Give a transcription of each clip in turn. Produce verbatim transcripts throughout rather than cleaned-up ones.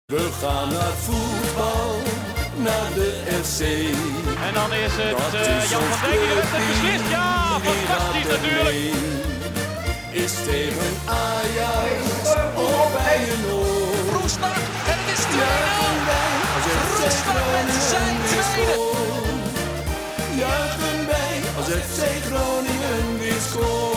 We gaan naar voetbal, naar de F C. En dan is het uh, Jan van Dijk die heeft het beslist. Ja, fantastisch natuurlijk. Is tegen Ajax of bij een oor. Roestak en het is twee nul. Roestak met zijn tweede. Juichen wij als F C Groningen weer scoort.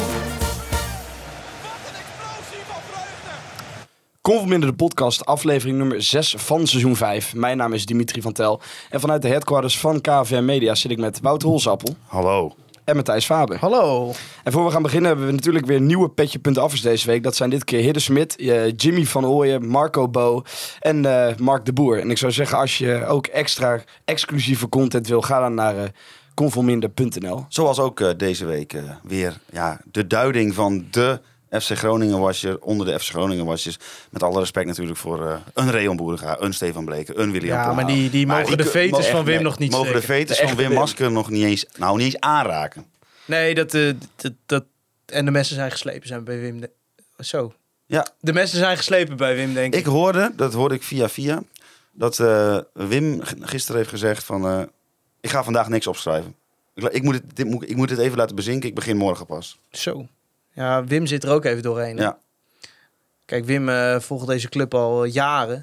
Conforminder de podcast, aflevering nummer zes van seizoen vijf. Mijn naam is Dimitri van Tel. En vanuit de headquarters van K V M Media zit ik met Wouter Holsappel. Hallo. En Matthijs Faber. Hallo. En voor we gaan beginnen hebben we natuurlijk weer nieuwe petje.affers deze week. Dat zijn dit keer Hidde Smit, uh, Jimmy van Ooyen, Marco Bo en uh, Mark de Boer. En ik zou zeggen, als je ook extra exclusieve content wil, ga dan naar uh, conforminder punt n l. Zoals ook uh, deze week uh, weer ja, de duiding van de F C Groningen washer onder de F C Groningen washers. Met alle respect natuurlijk voor uh, een Reon Boerenga, een Stefan Bleken, een William Ja, Pomhaal. maar die, die Maar mogen die de kun- veters mogen- van Wim nee, nog niet mogen steken. de veters De van echte Wim Wim. Masker nog niet eens, nou, niet eens aanraken. Nee, dat, uh, dat, dat... En de messen zijn geslepen zijn bij Wim. De... Zo. Ja, De messen zijn geslepen bij Wim, denk ik. ik hoorde, dat hoorde ik via via, dat uh, Wim g- gisteren heeft gezegd van, uh, ik ga vandaag niks opschrijven. Ik, la- ik, moet het, dit, moet, ik moet dit even laten bezinken, ik begin morgen pas. Zo. Ja, Wim zit er ook even doorheen. hè? Ja. Kijk, Wim uh, volgt deze club al jaren.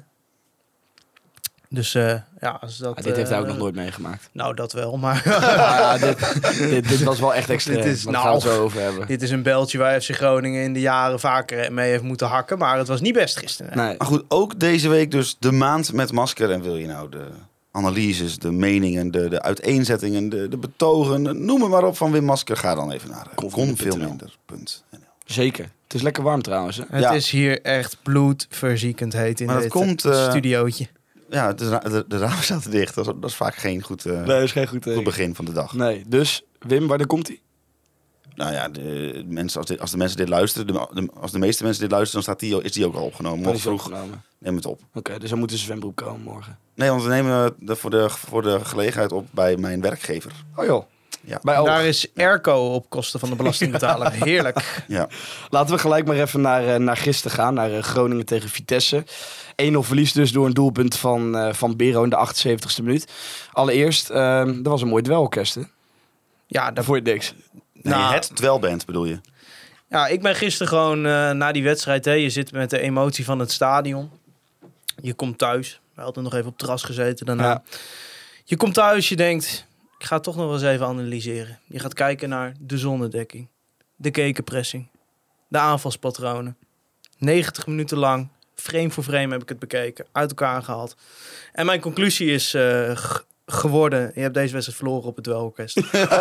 Dus uh, ja, als dat... Ja, dit heeft hij ook uh, nog nooit meegemaakt. Nou, dat wel, maar... Ja, dit, dit, dit was wel echt extreem. Dit is- maar daar nou, gaan we het zo over hebben. Dit is een beltje waar F C Groningen in de jaren vaker mee heeft moeten hakken. Maar het was niet best gisteren. hè? Nee. Maar goed, ook deze week dus de maand met Masker. En wil je nou de analyses, de meningen, de, de uiteenzettingen, de, de betogen, noem het maar op van Wim Masker. Ga dan even naar conveelminder punt n l. Zeker. Het is lekker warm trouwens. Hè? Het Ja. is hier echt bloedverziekend heet in Maar dat dit komt, uh, studiootje. Ja, de, ra- de, de ramen zaten dicht. Dat is, dat is vaak geen goed, uh, Nee, dat is geen goed goed teken. begin van de dag. Nee, dus Wim, wanneer komt hij? Nou ja, de, mensen, als, de, als de mensen dit luisteren, de, de- als de meeste mensen dit luisteren, dan staat die, is die ook al opgenomen. Morgen vroeg, opgenomen. neem het op. Oké, dus dan moet de zwembroek komen morgen. Nee, want we nemen de, voor, de, voor de gelegenheid op bij mijn werkgever. Oh joh. Ja. Bij Oog. Daar is airco op kosten van de belastingbetaler. Heerlijk. Ja. Laten we gelijk maar even naar, uh, naar gisteren gaan. Naar uh, Groningen tegen Vitesse. één nul verlies dus door een doelpunt van, uh, van Bero in de achtenzeventigste minuut. Allereerst, uh, er was een mooi duelorkest, hè? Ja, daar, Daarvoor je niks. Nee, Nou, het dwelband bedoel je? ja, ik ben gisteren gewoon uh, na die wedstrijd. Hè, je zit met de emotie van het stadion. Je komt thuis. We hadden nog even op het terras gezeten daarna. Ja. Je komt thuis, je denkt... Ik ga het toch nog wel eens even analyseren. Je gaat kijken naar de zonnedekking. De gegenpressing. De aanvalspatronen. negentig minuten lang, frame voor frame heb ik het bekeken. Uit elkaar gehaald. En mijn conclusie is uh, g- geworden... Je hebt deze wedstrijd verloren op het duelorkest.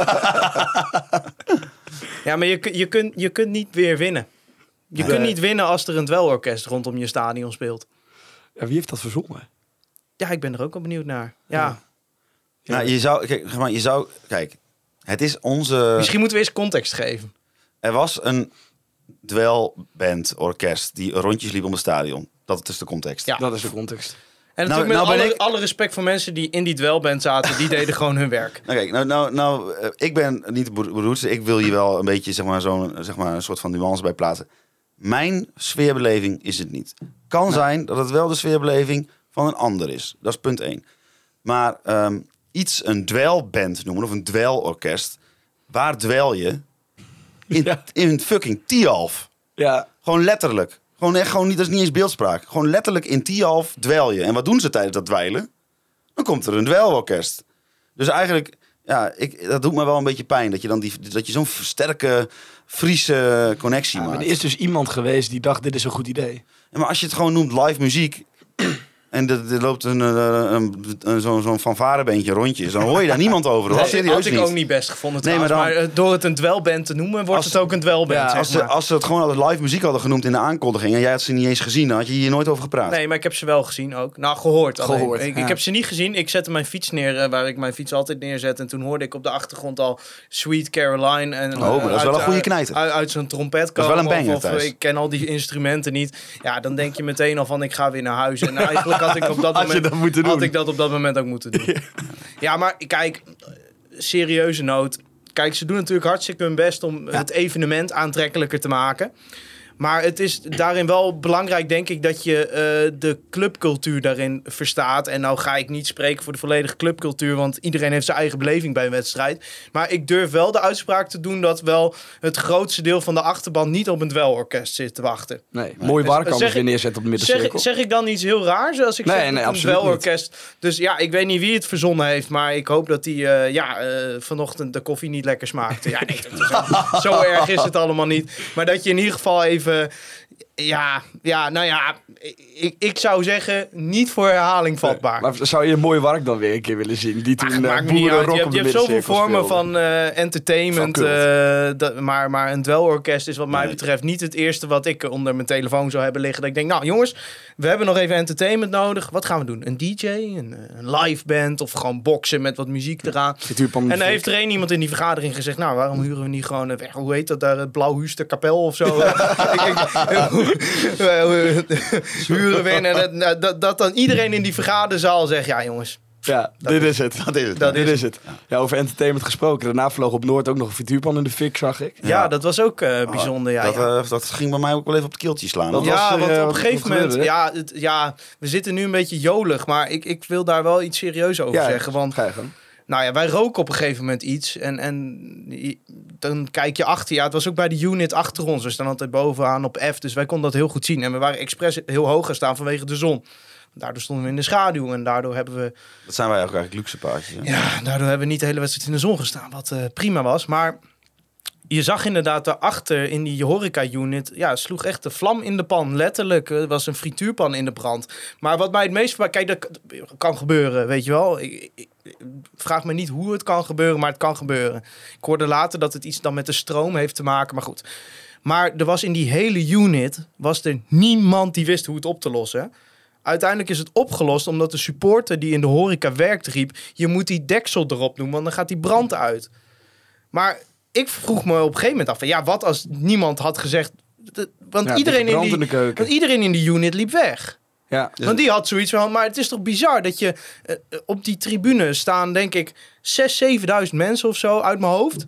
Ja, maar je, kun- je, kunt, je kunt niet weer winnen. Je Nee. kunt niet winnen als er een duelorkest rondom je stadion speelt. Ja, wie heeft dat verzonnen? Ja, ik ben er ook wel benieuwd naar. Ja. Ja. Nou, je zou, kijk, zeg maar, je zou, kijk, het is onze. Misschien moeten we eerst context geven. Er was een dwelband orkest die rondjes liep om het stadion. Dat is de context. Ja. Dat is de context. En Nou- natuurlijk nou met ben alle, ik- alle respect voor mensen die in die dwelband zaten, die deden gewoon hun werk. Nou, kijk, nou, nou, nou, eh, ik ben niet de beroer- beroerdste. Ik wil hier wel een beetje, zeg maar, zo'n, zeg maar, een soort van nuance bij plaatsen. Mijn sfeerbeleving is het niet. Kan zijn dat het wel de sfeerbeleving van een ander is. Dat is punt één. Maar ehm, iets een dwelband noemen of een dwelorkest. Waar dwel je? In, Ja. in fucking Tialf. Ja, Gewoon letterlijk. Gewoon echt, gewoon niet, dat is niet eens beeldspraak. Gewoon letterlijk in Tialf dwel je. En wat doen ze tijdens dat dweilen? Dan komt er een dwelorkest. Dus eigenlijk, ja, ik, dat doet me wel een beetje pijn. Dat je dan die, dat je zo'n sterke Friese connectie ja, maar maakt. er is dus iemand geweest die dacht, dit is een goed idee. Ja, maar als je het gewoon noemt live muziek. En er, er loopt een, een, een, een, zo'n, zo'n fanfarebeentje rondjes. Dan hoor je daar niemand over. Dat Dat serieus had ik niet. ook niet best gevonden Nee, trouwens. maar maar, dan- eh, door het een dwelband te noemen, wordt Als- het ook een dwelband. Ja, zeg Als ze, maar. als ze het gewoon als live muziek hadden genoemd in de aankondiging. En jij had ze niet eens gezien. Dan had je hier nooit over gepraat. Nee, maar ik heb ze wel gezien ook. Nou, gehoord alleen. Gehoord, ik, ja. ik heb ze niet gezien. Ik zette mijn fiets neer, eh, waar ik mijn fiets altijd neerzet. En toen hoorde ik op de achtergrond al Sweet Caroline. En, Oh, maar dat is uit- wel een goede uit- knijter. Uit, uit zo'n trompet Dat is wel een komen, banger of, of, thuis. ik ken al die instrumenten niet. Ja, dan denk je meteen al van, ik ga weer naar huis. En eigenlijk had ik op dat Had je moment... dat moeten doen? Had ik dat op dat moment ook moeten doen. Ja, maar kijk, serieuze noot. Kijk, ze doen natuurlijk hartstikke hun best om het evenement aantrekkelijker te maken. Maar het is daarin wel belangrijk, denk ik, dat je uh, de clubcultuur daarin verstaat. En nou ga ik niet spreken voor de volledige clubcultuur, want iedereen heeft zijn eigen beleving bij een wedstrijd. Maar ik durf wel de uitspraak te doen dat wel het grootste deel van de achterban niet op een dwelorkest zit te wachten. Nee, mooi waar kan zeg weer ik- neerzetten op de middencirkel. Zeg, zeg ik dan iets heel raars als ik Nee, zeg nee, een absoluut dwelorkest? Dus ja, ik weet niet wie het verzonnen heeft, maar ik hoop dat die uh, ja, uh, vanochtend de koffie niet lekker smaakte. Ja, nee, dat is ook- zo erg is het allemaal niet. Maar dat je in ieder geval even... Ja, ja, nou ja, ik, ik zou zeggen, niet voor herhaling vatbaar. Maar zou je een mooie wark dan weer een keer willen zien? Die toen Ach, uh, maakt me niet uit. boerenrock Je op hebt, de je hebt zoveel middencirkel vormen speelde. van uh, entertainment. Van cult. Uh, dat, maar, maar een dwelorkest is wat mij Nee. betreft niet het eerste wat ik onder mijn telefoon zou hebben liggen. Dat ik denk, nou jongens, we hebben nog even entertainment nodig. Wat gaan we doen? Een D J? Een, een live band? Of gewoon boksen met wat muziek eraan? Frituurpan En de dan fik. heeft er één iemand in die vergadering gezegd... nou, waarom huren we niet gewoon... Uh, hoe heet dat daar? Het Blauwhuuster Kapel of zo? Ik denk, huren we in. En dat, dat, dat dan iedereen in die vergaderzaal zegt... ja jongens, Ja, dit is het. Dat is het. Dat dit is is het. Ja, over entertainment gesproken. Daarna vloog op Noord ook nog een frituurpan in de fik, zag ik. ja, Ja. dat was ook uh, bijzonder. Ja, dat, ja. uh, dat ging bij mij ook wel even op het keeltje slaan. Dat hoor. was Ja, er, want eh, op wat- een gegeven wat moment... gebeurde, Ja, het, ja, we zitten nu een beetje jolig, maar ik, ik wil daar wel iets serieus over Ja, zeggen. Want ga je gang. nou ja, wij roken op een gegeven moment iets. En, en je- dan kijk je achter. Ja, het was ook bij de unit achter ons. We staan altijd bovenaan op F, dus wij konden dat heel goed zien. En we waren expres heel hoog gaan staan vanwege de zon. Daardoor stonden we in de schaduw en daardoor hebben we... Dat zijn wij ook eigenlijk luxe paardjes. hè? Ja, daardoor hebben we niet de hele wedstrijd in de zon gestaan, wat uh, prima was. Maar je zag inderdaad daarachter in die horeca-unit... ja, sloeg echt de vlam in de pan, letterlijk. Er was een frituurpan in de brand. Maar wat mij het meest... Kijk, dat kan gebeuren, weet je wel. Ik, ik, vraag me niet hoe het kan gebeuren, maar het kan gebeuren. Ik hoorde later dat het iets dan met de stroom heeft te maken, maar goed. Maar er was in die hele unit... was er niemand die wist hoe het op te lossen, hè? Uiteindelijk is het opgelost omdat de supporter die in de horeca werkt riep... je moet die deksel erop doen, want dan gaat die brand uit. Maar ik vroeg me op een gegeven moment af... van, ja, wat als niemand had gezegd... de- Want, Ja, iedereen, dikke in brand die, in de keuken. want iedereen in die unit liep weg. Ja. Want die had zoiets van... maar het is toch bizar dat je... eh, op die tribune staan, denk ik... zes, zevenduizend mensen of zo uit mijn hoofd.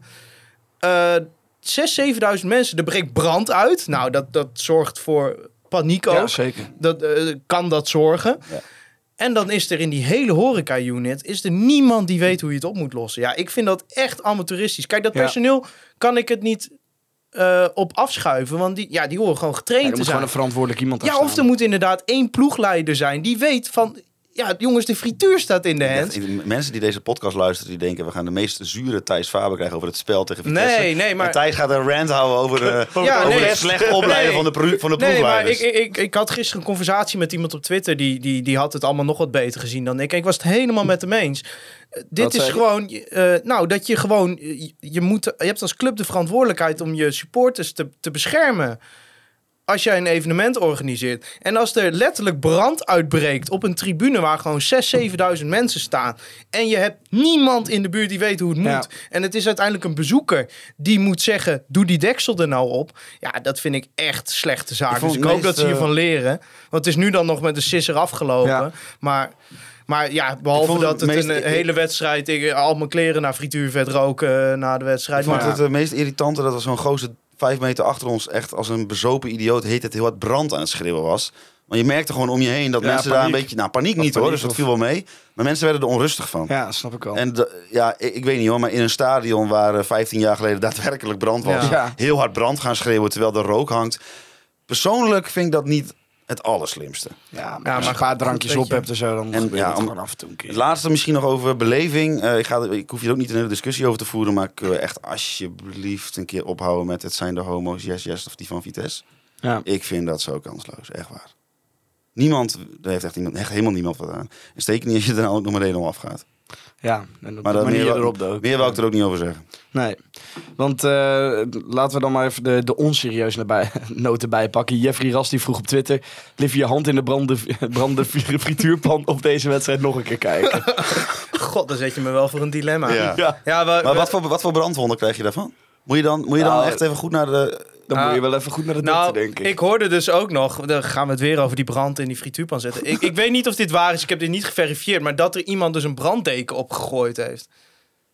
Eh zes, zevenduizend mensen, er breekt brand uit. Nou, dat, dat zorgt voor paniek ook. Ja, zeker. Dat, eh, kan dat zorgen. Ja. En dan is er in die hele horeca-unit... is er niemand die weet hoe je het op moet lossen. Ja, ik vind dat echt amateuristisch. Kijk, dat Ja. personeel kan ik het niet eh, op afschuiven. Want die, ja, die horen gewoon Ja, getraind er te moet zijn. gewoon een verantwoordelijk iemand aan Ja, of staan. er moet inderdaad één ploegleider zijn... die weet van... ja, jongens, de frituur staat in de Ik hand. dacht, mensen die deze podcast luisteren, die denken... we gaan de meest zure Thijs Faber krijgen over het spel tegen Vitesse. Nee, nee, maar- En Thijs gaat een rant houden over, uh, Ja, over nee. het slecht opleiden Nee. van de, pro- van de Nee, maar ploegleiders. ik, ik, ik had gisteren een conversatie met iemand op Twitter... Die, die, die had het allemaal nog wat beter gezien dan ik. En ik was het helemaal met hem eens. Uh, dit Wat is zei je? gewoon... uh, nou, dat je gewoon... Je, je, moet, je hebt als club de verantwoordelijkheid om je supporters te, te beschermen... als jij een evenement organiseert. En als er letterlijk brand uitbreekt op een tribune... waar gewoon zes, zevenduizend mensen staan... en je hebt niemand in de buurt die weet hoe het moet... Ja. en het is uiteindelijk een bezoeker die moet zeggen... doe die deksel er nou op. Ja, dat vind ik echt slechte zaak. Ik vond Dus ik het hoop dat meest, ze hiervan eh, leren. Want het is nu dan nog met de sisser afgelopen. Ja. Maar... Maar ja, Ik behalve vond het dat het meest- een ik- hele wedstrijd... Ik, al mijn kleren naar frituurvet roken uh, na de wedstrijd. Ik vond Maar het het meest irritante dat er zo'n gozer vijf meter achter ons... echt als een bezopen idioot heet het heel wat brand aan het schreeuwen was. Want je merkte gewoon om je heen dat Ja, mensen daar een paniek. beetje... Nou, paniek Of niet hoor, paniek dus dat of- viel wel mee. Maar mensen werden er onrustig van. Ja, snap ik al. En de- ja, ik, ik weet niet hoor, maar in een stadion waar uh, vijftien jaar geleden daadwerkelijk brand was... Ja. Ja. heel hard brand gaan schreeuwen terwijl er rook hangt. Persoonlijk vind ik dat niet het allerslimste. ja, maar maar als je een goed, paar drankjes weet op je. hebt en zo, dan En, gebeurt ja, het om- gewoon af en toe een keer. Het laatste misschien nog over beleving. Uh, ik, ga, ik hoef hier ook niet een hele discussie over te voeren, maar ik wil echt alsjeblieft een keer ophouden met het zijn de homo's, yes, yes, of die van Vitesse. Ja. Ik vind dat zo kansloos, echt waar. Niemand, daar heeft echt, iemand, echt helemaal niemand wat aan. En zeker niet als je er dan ook nog meteen om afgaat. Ja, en op Maar die dat manier meer, erop ook. meer wil ik er ook niet over zeggen. Nee, want uh, laten we dan maar even de, de onserieuze nabij, noten bijpakken. Jeffrey Ras die vroeg op Twitter... Lief je hand in de brandende, brandende frituurpan op deze wedstrijd nog een keer kijken. god, dan zet je me wel voor een dilemma. Ja. Ja, Ja, we, Maar we- wat voor, wat voor brandwonden krijg je daarvan? Moet je dan, moet je dan Nou, echt even goed naar de... dan Ah. moet je wel even goed naar de Nou, dokter, denk ik. ik hoorde dus ook nog, dan gaan we het weer over die brand in die frituurpan zetten. Ik, ik weet niet of dit waar is, ik heb dit niet geverifieerd, maar dat er iemand dus een branddeken opgegooid heeft.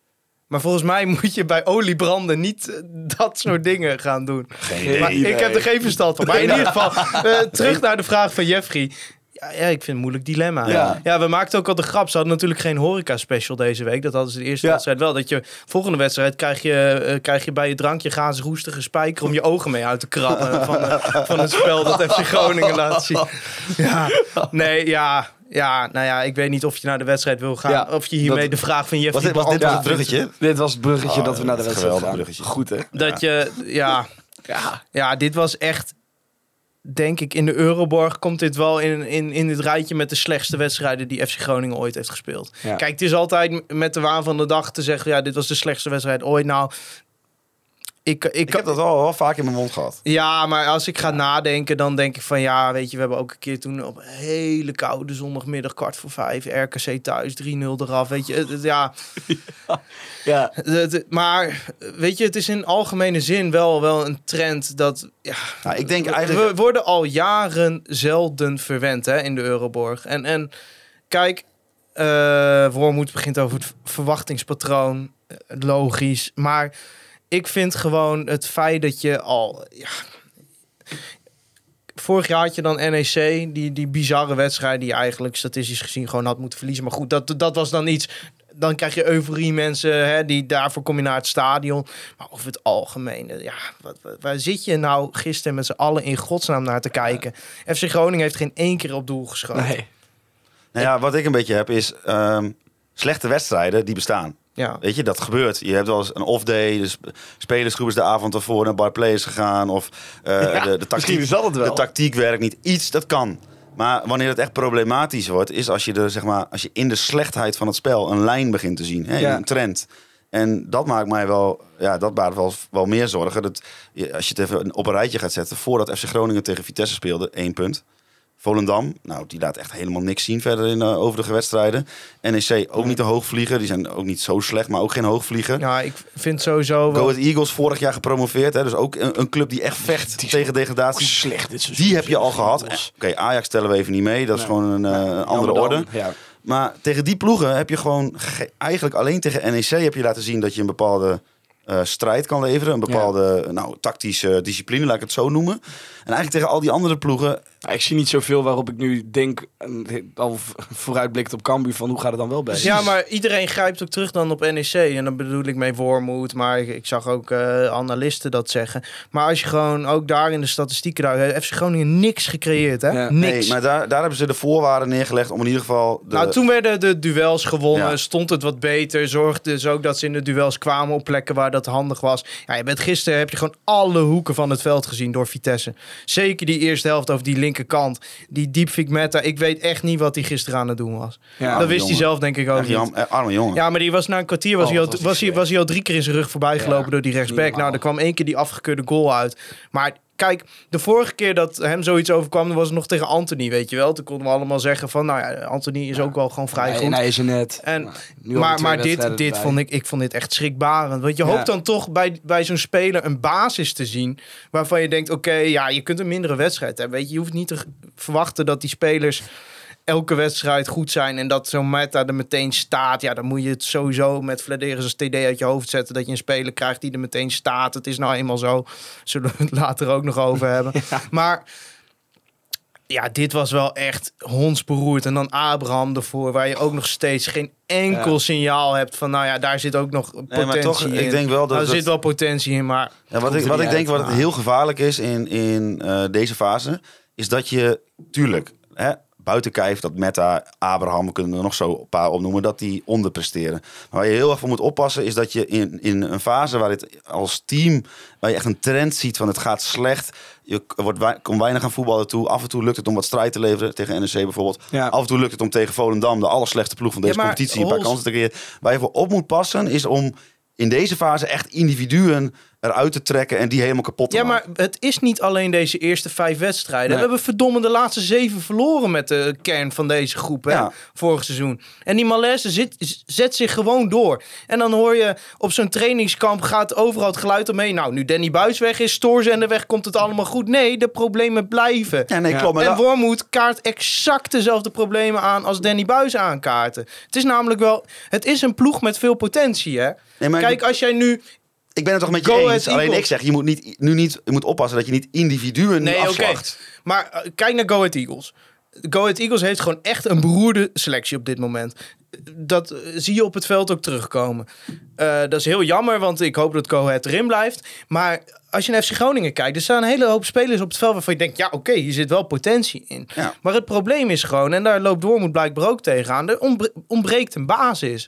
Maar volgens mij moet je bij oliebranden niet uh, dat soort dingen gaan doen. Geen Maar idee. ik heb er geen verstand van. Maar in ieder geval, uh, terug naar de vraag van Jeffrey. Ja, ja, ik vind het een moeilijk dilemma. Ja. Ja, we maakten ook al de grap. Ze hadden natuurlijk geen horeca-special deze week. Dat hadden ze de eerste Ja. wedstrijd wel. Dat je volgende wedstrijd krijg je, uh, krijg je bij je drankje gaas roestige spijker om je ogen mee uit te krabben van, uh, van het spel dat F C Groningen laat zien. Ja, nee, ja, ja, nou ja, ik weet niet of je naar de wedstrijd wil gaan. Ja, of je hiermee dat- de vraag van Was Jeffrey dit, was dit was beantwoordt. het bruggetje? Dit was het bruggetje Oh, dat we naar de dat is wedstrijd geweldig gaan. bruggetje. Goed, hè? Dat je, ja, Ja. ja, dit was echt, denk ik, in de Euroborg komt dit wel in, in, in dit rijtje met de slechtste wedstrijden die F C Groningen ooit heeft gespeeld. Ja. Kijk, het is altijd met de waan van de dag te zeggen, ja, dit was de slechtste wedstrijd ooit. Nou, ik, ik, Ik heb dat wel, wel vaak in mijn mond gehad. ja, maar als ik ga nadenken, dan denk ik van ja, weet je, we hebben ook een keer toen op een hele koude zondagmiddag, kwart voor vijf, R K C thuis, drie nul eraf, weet je, het- het- ja. Ja. Het- het- maar weet je, het is in algemene zin wel, wel een trend dat, ja, Nou, ik denk eigenlijk... we worden al jaren zelden verwend hè, in de Euroborg. En, en kijk, uh, Wormoed begint over het verwachtingspatroon, uh, logisch, maar ik vind gewoon het feit dat je al, ja, vorig jaar had je dan N E C, die, die bizarre wedstrijd die je eigenlijk statistisch gezien gewoon had moeten verliezen. Maar goed, dat, dat was dan iets. Dan krijg je euforie mensen, hè, die daarvoor kom je naar het stadion. Maar over het algemeen, ja, wat, wat, waar zit je nou gisteren met z'n allen in godsnaam naar te kijken? F C Groningen heeft geen één keer op doel geschoten. Nee. Nou ja, wat ik een beetje heb is... ehm, slechte wedstrijden, die bestaan. Ja. Weet je, dat gebeurt. Je hebt wel eens een off-day. Dus spelersgroep is de avond ervoor naar Bar Players gegaan. Of uh, Ja, de, de, misschien tactiek, is dat het wel. de tactiek werkt niet. Iets, dat kan. Maar wanneer het echt problematisch wordt... is als je, er, zeg maar, als je in de slechtheid van het spel een lijn begint te zien. Hè, Ja. een trend. En dat maakt mij wel... Ja, dat baart wel, wel meer zorgen. Dat je, als je het even op een rijtje gaat zetten... voordat F C Groningen tegen Vitesse speelde, één punt... Volendam, nou, die laat echt helemaal niks zien verder in uh, overige wedstrijden. N E C ook niet een hoogvlieger. Die zijn ook niet zo slecht, maar ook geen hoogvlieger. Ja, ik vind sowieso wel... Go Ahead Eagles vorig jaar gepromoveerd. Hè, dus ook een, een club die echt vecht Die is tegen ook degradatie. slecht dit seizoen. Die heb je al gehad. Oké, okay, Ajax tellen we even niet mee. Dat is Nee. gewoon een uh, andere Jammer orde. dan. Ja. Maar tegen die ploegen heb je gewoon... ge- eigenlijk alleen tegen N E C heb je laten zien dat je een bepaalde... Uh, strijd kan leveren. Een bepaalde nou, tactische discipline, laat ik het zo noemen. En eigenlijk tegen al die andere ploegen... Ja, ik zie niet zoveel waarop ik nu denk, en al v- vooruitblikt op Cambuur, van hoe gaat het dan wel bij? Ja, maar iedereen grijpt ook terug dan op N E C. En dan bedoel ik mee Wormoed. Maar ik, ik zag ook uh, analisten dat zeggen. Maar als je gewoon ook daar in de statistieken... Daar heeft F C Groningen niks gecreëerd, hè? Ja. Niks. Nee, maar daar, daar hebben ze de voorwaarden neergelegd om in ieder geval... De... Nou, toen werden de duels gewonnen. Ja. Stond het wat beter. Zorgde ze ook dat ze in de duels kwamen op plekken waar dat handig was. Ja, je bent gisteren heb je gewoon alle hoeken van het veld gezien door Vitesse. Zeker die eerste helft over die linkerkant. Die Diepvik Meta. Ik weet echt niet wat hij gisteren aan het doen was. Ja, dat wist hij jongen. zelf denk ik ook Echt niet. jam, eh, arme jongen. Ja, maar die was na een kwartier was, Oh, hij, al, wat was was, die hij, was hij al drie keer in zijn rug voorbij gelopen Ja, door die rechtsback. niet Nou, er normaal. kwam één keer die afgekeurde goal uit. Maar kijk, de vorige keer dat hem zoiets overkwam, dan was het nog tegen Anthony, weet je wel. Toen konden we allemaal zeggen van, nou ja, Anthony is ook wel gewoon vrij Nee, goed. en hij is er net. En, Nou, nu alweer maar twee maar dit, wedstrijden dit erbij. vond ik, ik vond dit echt schrikbarend. Want je Ja. hoopt dan toch bij, bij zo'n speler een basis te zien. Waarvan je denkt, oké, ja, je kunt een mindere wedstrijd hebben. Weet je, je hoeft niet te g- verwachten dat die spelers elke wedstrijd goed zijn. En dat zo'n Meta er meteen staat. Ja, dan moet je het sowieso met Vladeris als T D uit je hoofd zetten. Dat je een speler krijgt die er meteen staat. Het is nou eenmaal zo. Zullen we het later ook nog over hebben. Maar... Ja, dit was wel echt hondsberoerd. En dan Abraham ervoor, waar je ook nog steeds geen enkel Ja. signaal hebt van, nou ja, daar zit ook nog potentie maar toch, in. ik denk wel dat Nou, er dat- zit wel potentie in, maar Ja, wat Komt ik, er wat niet ik denk uit, wat het maar- heel gevaarlijk is in, in uh, deze fase, is dat je, tuurlijk, hè, buiten kijf, dat Meta, Abraham, we kunnen er nog zo een paar opnoemen, dat die onderpresteren. Maar waar je heel erg voor moet oppassen, is dat je in, in een fase waar dit als team, waar je echt een trend ziet van het gaat slecht, je wordt wei- komt weinig aan voetballen toe. Af en toe lukt het om wat strijd te leveren tegen N E C bijvoorbeeld. Ja. Af en toe lukt het om tegen Volendam, de allerslechtste ploeg van deze Ja, maar competitie, een paar Hols- kansen te creëren. Waar je voor op moet passen, is om in deze fase echt individuen eruit te trekken en die helemaal kapot te Ja, maken. maar het is niet alleen deze eerste vijf wedstrijden. Nee. We hebben verdomme de laatste zeven verloren met de kern van deze groep, hè, Ja. vorig seizoen. En die malaise zit, zet zich gewoon door. En dan hoor je op zo'n trainingskamp gaat overal het geluid omheen. Nou, nu Danny Buijs weg is, Stoorzender weg, komt het allemaal goed. Nee, de problemen blijven. Ja, nee, Ja. klopt. Maar En dat- Wormoed kaart exact dezelfde problemen aan als Danny Buijs aankaarten. Het is namelijk wel... Het is een ploeg met veel potentie, hè? Nee, maar Kijk, als jij nu... ik ben het toch met je Go eens. Ahead Alleen Eagles. ik zeg, je moet niet, nu niet, je moet oppassen dat je niet individuen Nee, oké. afslacht. Maar uh, kijk naar Go Ahead Eagles. Go Ahead Eagles heeft gewoon echt een beroerde selectie op dit moment. Dat uh, zie je op het veld ook terugkomen. Uh, dat is heel jammer, want ik hoop dat Go Ahead erin blijft. Maar als je naar F C Groningen kijkt, er staan een hele hoop spelers op het veld waarvan je denkt, ja, oké, okay, hier zit wel potentie in. Ja. Maar het probleem is gewoon, en daar loopt Wormoed blijkbaar ook tegenaan, er ontbre- ontbreekt een basis.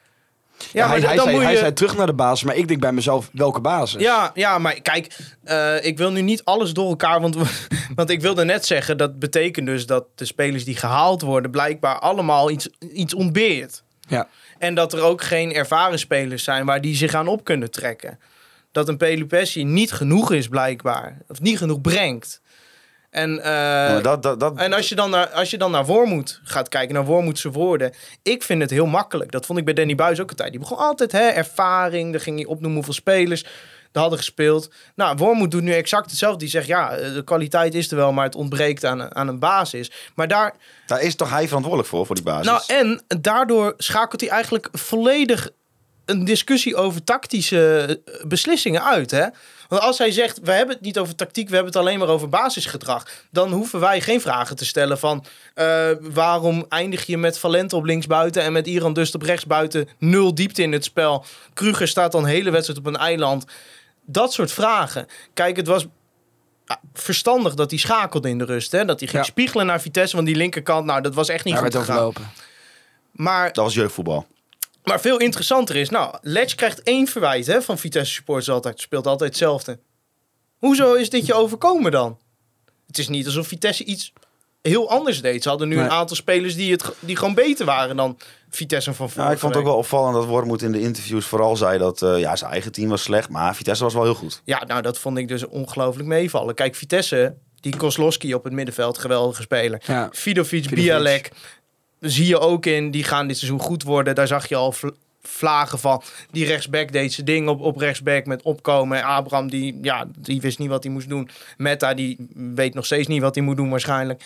Ja, hij, dan hij, zei, moet hij je- zei terug naar de basis, maar ik denk bij mezelf, welke basis? Ja, ja, maar kijk, uh, ik wil nu niet alles door elkaar... Want, want ik wilde net zeggen, dat betekent dus dat de spelers die gehaald worden... blijkbaar allemaal iets, iets ontbeert. Ja. En dat er ook geen ervaren spelers zijn waar die zich aan op kunnen trekken. Dat een Pelupessi niet genoeg is blijkbaar. Of niet genoeg brengt. En, uh, Ja, dat, dat, dat, en als je dan naar, als je dan naar Wormoed gaat kijken, naar Wormoedse woorden. Ik vind het heel makkelijk. Dat vond ik bij Danny Buijs ook altijd. Die begon altijd, hè, ervaring. Dan ging hij opnoemen hoeveel spelers er hadden gespeeld. Nou, Wormoed doet nu exact hetzelfde. Die zegt, ja, de kwaliteit is er wel, maar het ontbreekt aan, aan een basis. Maar daar... daar is toch hij verantwoordelijk voor, voor die basis? Nou, en daardoor schakelt hij eigenlijk volledig een discussie over tactische beslissingen uit, hè? Want als hij zegt, we hebben het niet over tactiek, we hebben het alleen maar over basisgedrag, dan hoeven wij geen vragen te stellen van uh, waarom eindig je met Valente op linksbuiten en met Iran Dust op rechtsbuiten, nul diepte in het spel. Kruger staat dan de hele wedstrijd op een eiland. Dat soort vragen. Kijk, het was ja, verstandig dat hij schakelde in de rust, hè? Dat hij ging Ja. spiegelen naar Vitesse, want die linkerkant, nou, dat was echt niet Hij goed werd gegaan. overlopen. Maar Dat was jeugdvoetbal. Maar veel interessanter is, nou, Letch krijgt één verwijt, hè, van Vitesse supporters altijd. Speelt altijd hetzelfde. Hoezo is dit je overkomen dan? Het is niet alsof Vitesse iets heel anders deed. Ze hadden nu Nee. een aantal spelers die, het, die gewoon beter waren dan Vitesse van vorige Nou, ik vond het ook week. wel opvallend dat Wormoed in de interviews vooral zei dat uh, ja, zijn eigen team was slecht, maar Vitesse was wel heel goed. Ja, nou, dat vond ik dus ongelooflijk meevallen. Kijk, Vitesse, die Kozlowski op het middenveld, geweldige speler. Ja. Vidovic, Vidovic. Bialek, zie je ook in. Die gaan dit seizoen goed worden. Daar zag je al vl- vlagen van. Die rechtsback deed zijn ding op, op rechtsback met opkomen. Abraham, die, ja, die wist niet wat hij moest doen. Meta, die weet nog steeds niet wat hij moet doen waarschijnlijk.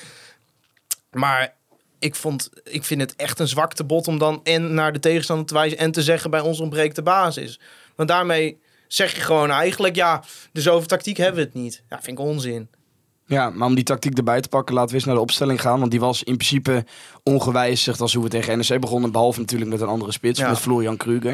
Maar ik, vond, ik vind het echt een zwaktebod om dan en naar de tegenstander te wijzen en te zeggen, bij ons ontbreekt de basis. Want daarmee zeg je gewoon eigenlijk, ja, dus over tactiek hebben we het niet. Ja, vind ik onzin. Ja, maar om die tactiek erbij te pakken, laten we eens naar de opstelling gaan. Want die was in principe ongewijzigd als hoe we tegen N E C begonnen. Behalve natuurlijk met een andere spits, Ja. met Florian Kruger.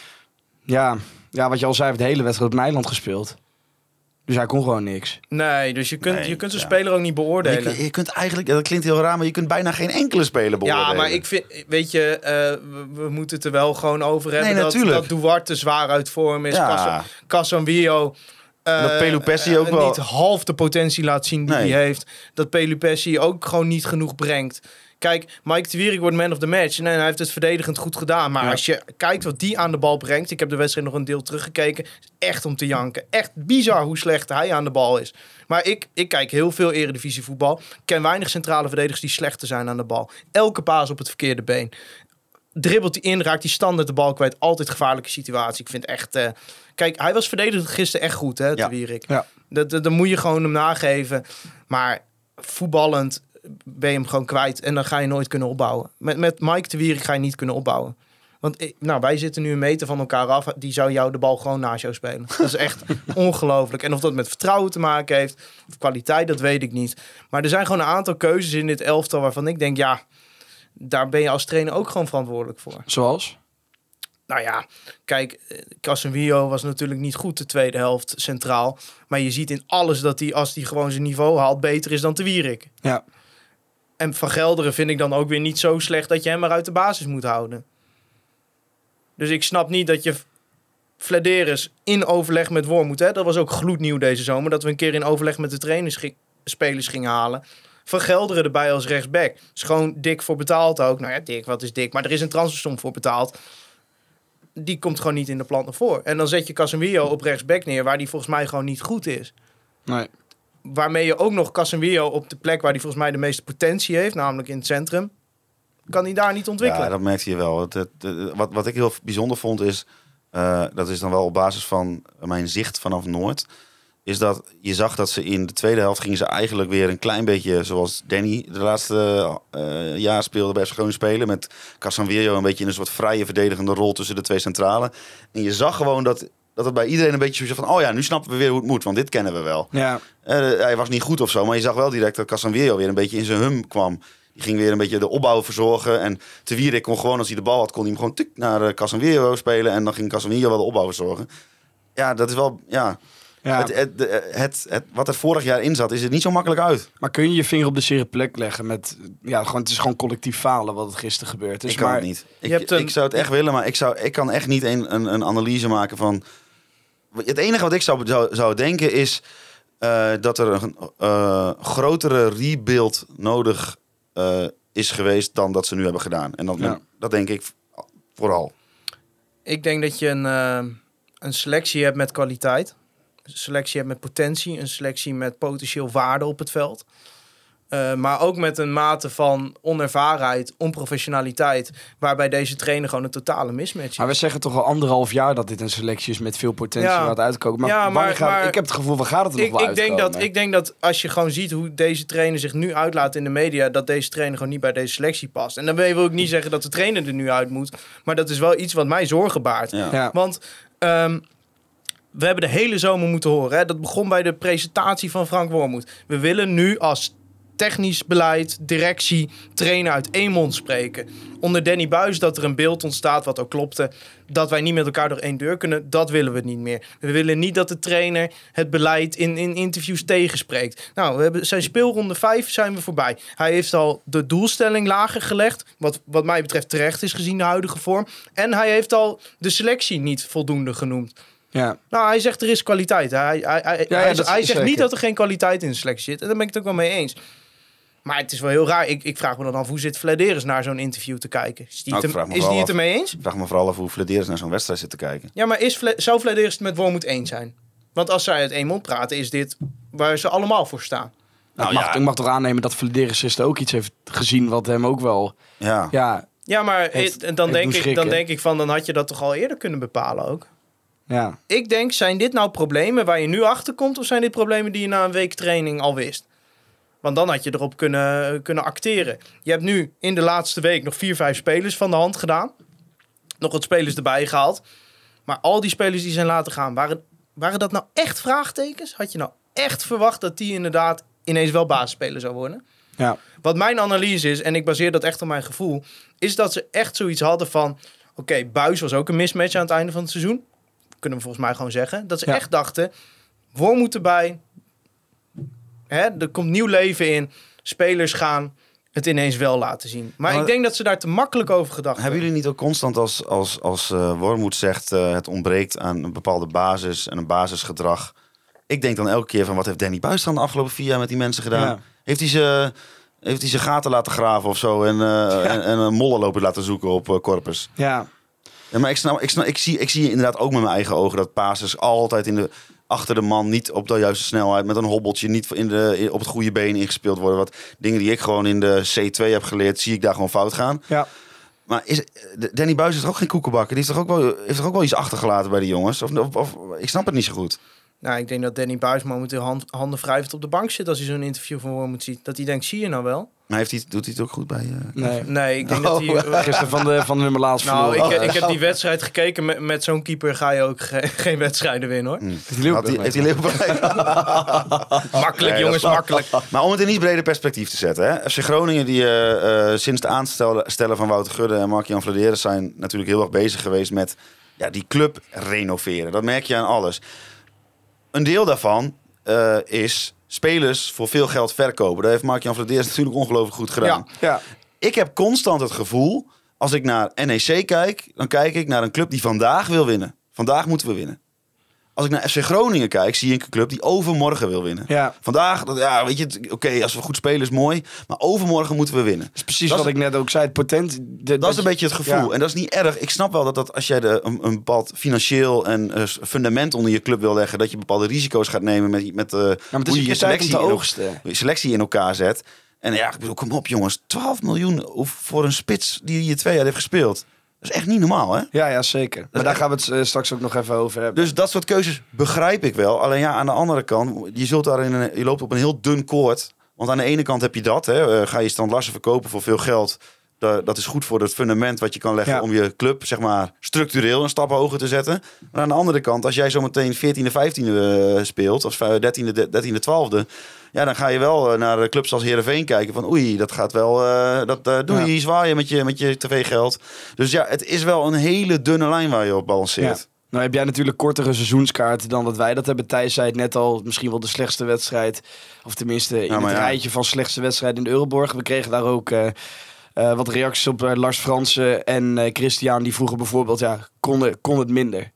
Ja, ja, wat je al zei, heeft de hele wedstrijd op een eiland gespeeld. Dus hij kon gewoon niks. Nee, dus je kunt, Nee, je kunt zo'n ja. speler ook niet beoordelen. Je, je kunt eigenlijk, dat klinkt heel raar, maar je kunt bijna geen enkele speler beoordelen. Ja, maar ik vind, weet je, uh, we, we moeten het er wel gewoon over hebben. Nee, dat, natuurlijk. dat Duarte zwaar uit vorm is. Ja. Casemiro. Uh, Dat Pelupessi ook uh, wel- niet half de potentie laat zien die Nee. hij heeft. Dat Pelupessi ook gewoon niet genoeg brengt. Kijk, Mike de Wierik wordt man of the match. Nee, hij heeft het verdedigend goed gedaan. Maar Ja. als je kijkt wat die aan de bal brengt. Ik heb de wedstrijd nog een deel teruggekeken. Is echt om te janken. Echt bizar hoe slecht hij aan de bal is. Maar ik, ik kijk heel veel eredivisie voetbal. Ik ken weinig centrale verdedigers die slechter zijn aan de bal. Elke paas op het verkeerde been. Dribbelt hij in, raakt hij standaard de bal kwijt. Altijd gevaarlijke situatie. Ik vind echt... Uh... Kijk, hij was verdedigend gisteren echt goed, hè, de Ja. Wierik. Ja. Dat, dat, dan moet je gewoon hem nageven. Maar voetballend ben je hem gewoon kwijt. En dan ga je nooit kunnen opbouwen. Met, met Mike de Wierik ga je niet kunnen opbouwen. Want ik- nou, wij zitten nu een meter van elkaar af. Die zou jou de bal gewoon naast jou spelen. Dat is echt ongelooflijk. En of dat met vertrouwen te maken heeft, of kwaliteit, dat weet ik niet. Maar er zijn gewoon een aantal keuzes in dit elftal waarvan ik denk, ja, daar ben je als trainer ook gewoon verantwoordelijk voor. Zoals? Nou ja, kijk, eh, Casemiro was natuurlijk niet goed de tweede helft centraal. Maar je ziet in alles dat hij, als hij gewoon zijn niveau haalt, beter is dan de Wierik. Ja. En Van Gelderen vind ik dan ook weer niet zo slecht dat je hem maar uit de basis moet houden. Dus ik snap niet dat je Flederis in overleg met Wormoed, hè, dat was ook gloednieuw deze zomer, dat we een keer in overleg met de trainers ging, spelers gingen halen. Van Gelderen erbij als rechtsback. Is gewoon dik voor betaald ook. Nou ja, dik, wat is dik? Maar er is een transfersom voor betaald. die komt gewoon niet in de plan naar voren. En dan zet je Casemiro op rechtsback neer, waar die volgens mij gewoon niet goed is. Nee. Waarmee je ook nog Casemiro op de plek waar hij volgens mij de meeste potentie heeft, namelijk in het centrum, kan hij daar niet ontwikkelen. Ja, dat merkte je wel. Het, het, het, wat, wat ik heel bijzonder vond is, uh, dat is dan wel op basis van mijn zicht vanaf Noord, is dat je zag dat ze in de tweede helft gingen ze eigenlijk weer een klein beetje zoals Danny de laatste uh, jaar speelde bij F C Groningen spelen. Met Casemiro een beetje in een soort vrije verdedigende rol tussen de twee centralen. En je zag gewoon dat, dat het bij iedereen een beetje zo van, oh ja, nu snappen we weer hoe het moet, want dit kennen we wel. Ja. Uh, hij was niet goed of zo, maar je zag wel direct dat Casemiro weer een beetje in zijn hum kwam. Die ging weer een beetje de opbouw verzorgen. En Te Wierik kon gewoon, als hij de bal had, kon hij hem gewoon tuk naar uh, Casemiro spelen. En dan ging Casemiro wel de opbouw verzorgen. Ja, dat is wel, ja... Ja. Het, het, het, het, wat er vorig jaar in zat, is het niet zo makkelijk uit. Maar kun je je vinger op de zere plek leggen met... Ja, gewoon, het is gewoon collectief falen wat het gisteren gebeurd is. Ik kan maar, het niet. Ik, hebt een- ik zou het echt willen, maar ik, zou, ik kan echt niet een, een, een analyse maken van... Het enige wat ik zou, zou, zou denken is uh, dat er een uh, grotere rebuild nodig uh, is geweest dan dat ze nu hebben gedaan. En dat, Ja. dat denk ik vooral. Ik denk dat je een, uh, een selectie hebt met kwaliteit. Een selectie hebt met potentie. Een selectie met potentieel waarde op het veld. Uh, maar ook met een mate van onervarenheid, onprofessionaliteit, waarbij deze trainer gewoon een totale mismatch is. Maar we zeggen toch al anderhalf jaar dat dit een selectie is met veel potentie Ja. gaat uitkomen. Maar, Ja, maar- wanneer gaat, maar- ik heb het gevoel, waar gaat het er Ik, nog wel ik, denk uitkomen? dat, ik denk dat als je gewoon ziet hoe deze trainer zich nu uitlaat in de media, dat deze trainer gewoon niet bij deze selectie past. En dan wil ik niet zeggen dat de trainer er nu uit moet, maar dat is wel iets wat mij zorgen baart. Ja. Ja. Want um, we hebben de hele zomer moeten horen. Hè? Dat begon bij de presentatie van Frank Wormoed. We willen nu als technisch beleid, directie, trainer uit één mond spreken. Onder Danny Buijs dat er een beeld ontstaat, wat ook klopte, dat wij niet met elkaar door één deur kunnen, dat willen we niet meer. We willen niet dat de trainer het beleid in, in interviews tegenspreekt. Nou, we hebben zijn speelronde vijf zijn we voorbij. Hij heeft al de doelstelling lager gelegd, wat, wat mij betreft terecht is gezien de huidige vorm. En hij heeft al de selectie niet voldoende genoemd. Ja. Nou, hij zegt er is kwaliteit. Hij, hij, hij, ja, hij, dat hij is zegt zeker. niet dat er geen kwaliteit in de selectie zit. En daar ben ik het ook wel mee eens. Maar het is wel heel raar. Ik, ik vraag me dan af, hoe zit Vladeris naar zo'n interview te kijken? Is die, Nou, het, ik vraag er- me is wel die het af. ermee eens? Ik vraag me vooral af hoe Vladeris naar zo'n wedstrijd zit te kijken. Ja, maar is Vla- zou Vladeris het met Wormoed eens zijn? Want als zij uit één mond praten, is dit waar ze allemaal voor staan. Nou, Nou, mag, ja. Ik mag toch aannemen dat Vladeris ook iets heeft gezien wat hem ook wel... Ja. Ja, Ja, maar Heeft- eh, dan, heeft denk doen ik, schrikken. dan denk ik van, dan had je dat toch al eerder kunnen bepalen ook? ja. Ik denk, zijn dit nou problemen waar je nu achter komt, of zijn dit problemen die je na een week training al wist? Want dan had je erop kunnen, kunnen acteren. Je hebt nu in de laatste week nog vier, vijf spelers van de hand gedaan. Nog wat spelers erbij gehaald. Maar al die spelers die zijn laten gaan, waren, waren dat nou echt vraagtekens? Had je nou echt verwacht dat die inderdaad ineens wel basisspeler zou worden? Ja. Wat mijn analyse is, en ik baseer dat echt op mijn gevoel, is dat ze echt zoiets hadden van, oké, okay, Buijs was ook een mismatch aan het einde van het seizoen. Kunnen we volgens mij gewoon zeggen. Dat ze Ja. echt dachten, Wormoed erbij. Hè, er komt nieuw leven in. Spelers gaan het ineens wel laten zien. Maar, Maar- ik denk dat ze daar te makkelijk over gedacht Hebben hebben. jullie niet ook constant als, als, als uh, Wormoed zegt uh, het ontbreekt aan een bepaalde basis en een basisgedrag? Ik denk dan elke keer van wat heeft Danny Buijs dan de afgelopen vier jaar met die mensen gedaan? Ja. Heeft hij ze heeft hij ze gaten laten graven of zo en, uh, en, en een mollen lopen laten zoeken op uh, Corpus? Ja. Ja, maar ik, snap, ik, snap, ik, zie, ik zie inderdaad ook met mijn eigen ogen dat Pases altijd in de, achter de man, niet op de juiste snelheid, met een hobbeltje, niet in de, op het goede been ingespeeld worden. Wat dingen die ik gewoon in de C twee heb geleerd, zie ik daar gewoon fout gaan. Ja. Maar is, Danny Buijs is toch ook geen koekenbakker? Die heeft toch ook wel, heeft toch ook wel iets achtergelaten bij de jongens? Of, of, of ik snap het niet zo goed. Nou, ik denk dat Danny Buijs momenteel hand, handen wrijvend op de bank zit als hij zo'n interview van Wormoed ziet. Dat hij denkt, zie je nou wel? Maar heeft hij, doet hij het ook goed bij... Uh... Nee. Nee, ik denk Oh. dat hij... Gisteren van de, van de nummer laatst Nou, verloren. ik, ik heb die wedstrijd gekeken. Met, met zo'n keeper ga je ook ge- geen wedstrijden winnen, hoor. Hmm. Heeft hij Leeuwenburg Had hij- heeft hij Leeuwenburg? Makkelijk, Nee, jongens, dat is- makkelijk. Maar om het in iets breder perspectief te zetten. Hè? F C Groningen, die uh, uh, sinds de aanstellen van Wouter Gudde en Mark-Jan Vladeris zijn natuurlijk heel erg bezig geweest met ja, die club renoveren. Dat merk je aan alles. Een deel daarvan uh, is spelers voor veel geld verkopen. Dat heeft Mark-Jan Vladeris natuurlijk ongelooflijk goed gedaan. Ja. Ja. Ik heb constant het gevoel, als ik naar N E C kijk, dan kijk ik naar een club die vandaag wil winnen. Vandaag moeten we winnen. Als ik naar F C Groningen kijk, zie ik een club die overmorgen wil winnen. Ja. Vandaag, dat- ja, weet je, oké, okay, als we goed spelen is mooi. Maar overmorgen moeten we winnen. Dat is precies Dat wat is- ik net ook zei. Het potent... de- Dat is een je- beetje het gevoel. Ja. En dat is niet erg. Ik snap wel dat, dat als jij de, een, een bepaald financieel en uh, fundament onder je club wil leggen, dat je bepaalde risico's gaat nemen met, met uh, Ja, maar het is hoe je je je tijd om selectie, te in, el- oogsten. je selectie in elkaar zet. En ja, ik bedoel, kom op jongens. twaalf miljoen voor een spits die hier twee jaar heeft gespeeld. Dat is echt niet normaal, hè? Ja, ja, zeker. Maar daar gaan we het eh, straks ook nog even over hebben. Dus dat soort keuzes begrijp ik wel. Alleen ja, aan de andere kant, je, zult daar in een, je loopt op een heel dun koord. Want aan de ene kant heb je dat. Hè, uh, ga je Strand Larsen verkopen voor veel geld. Da- dat is goed voor het fundament wat je kan leggen Ja. om je club zeg maar, structureel een stap hoger te zetten. Maar aan de andere kant, als jij zometeen veertiende, vijftiende uh, speelt, of dertiende, dertiende, twaalfde... Ja, dan ga je wel uh, naar clubs als Heerenveen kijken van oei, dat gaat wel, uh, dat uh, doe je Ja. zwaaien met je, met je tv-geld. Dus ja, het is wel een hele dunne lijn waar je op balanceert. Ja. Nou heb jij natuurlijk kortere seizoenskaarten dan dat wij dat hebben. Thijs zei het net al, misschien wel de slechtste wedstrijd. Of tenminste in Ja, maar het ja. rijtje van slechtste wedstrijden in de Euroborg. We kregen daar ook uh, uh, wat reacties op uh, Lars Fransen en uh, Christian. Die vroegen bijvoorbeeld, ja, kon, kon het minder?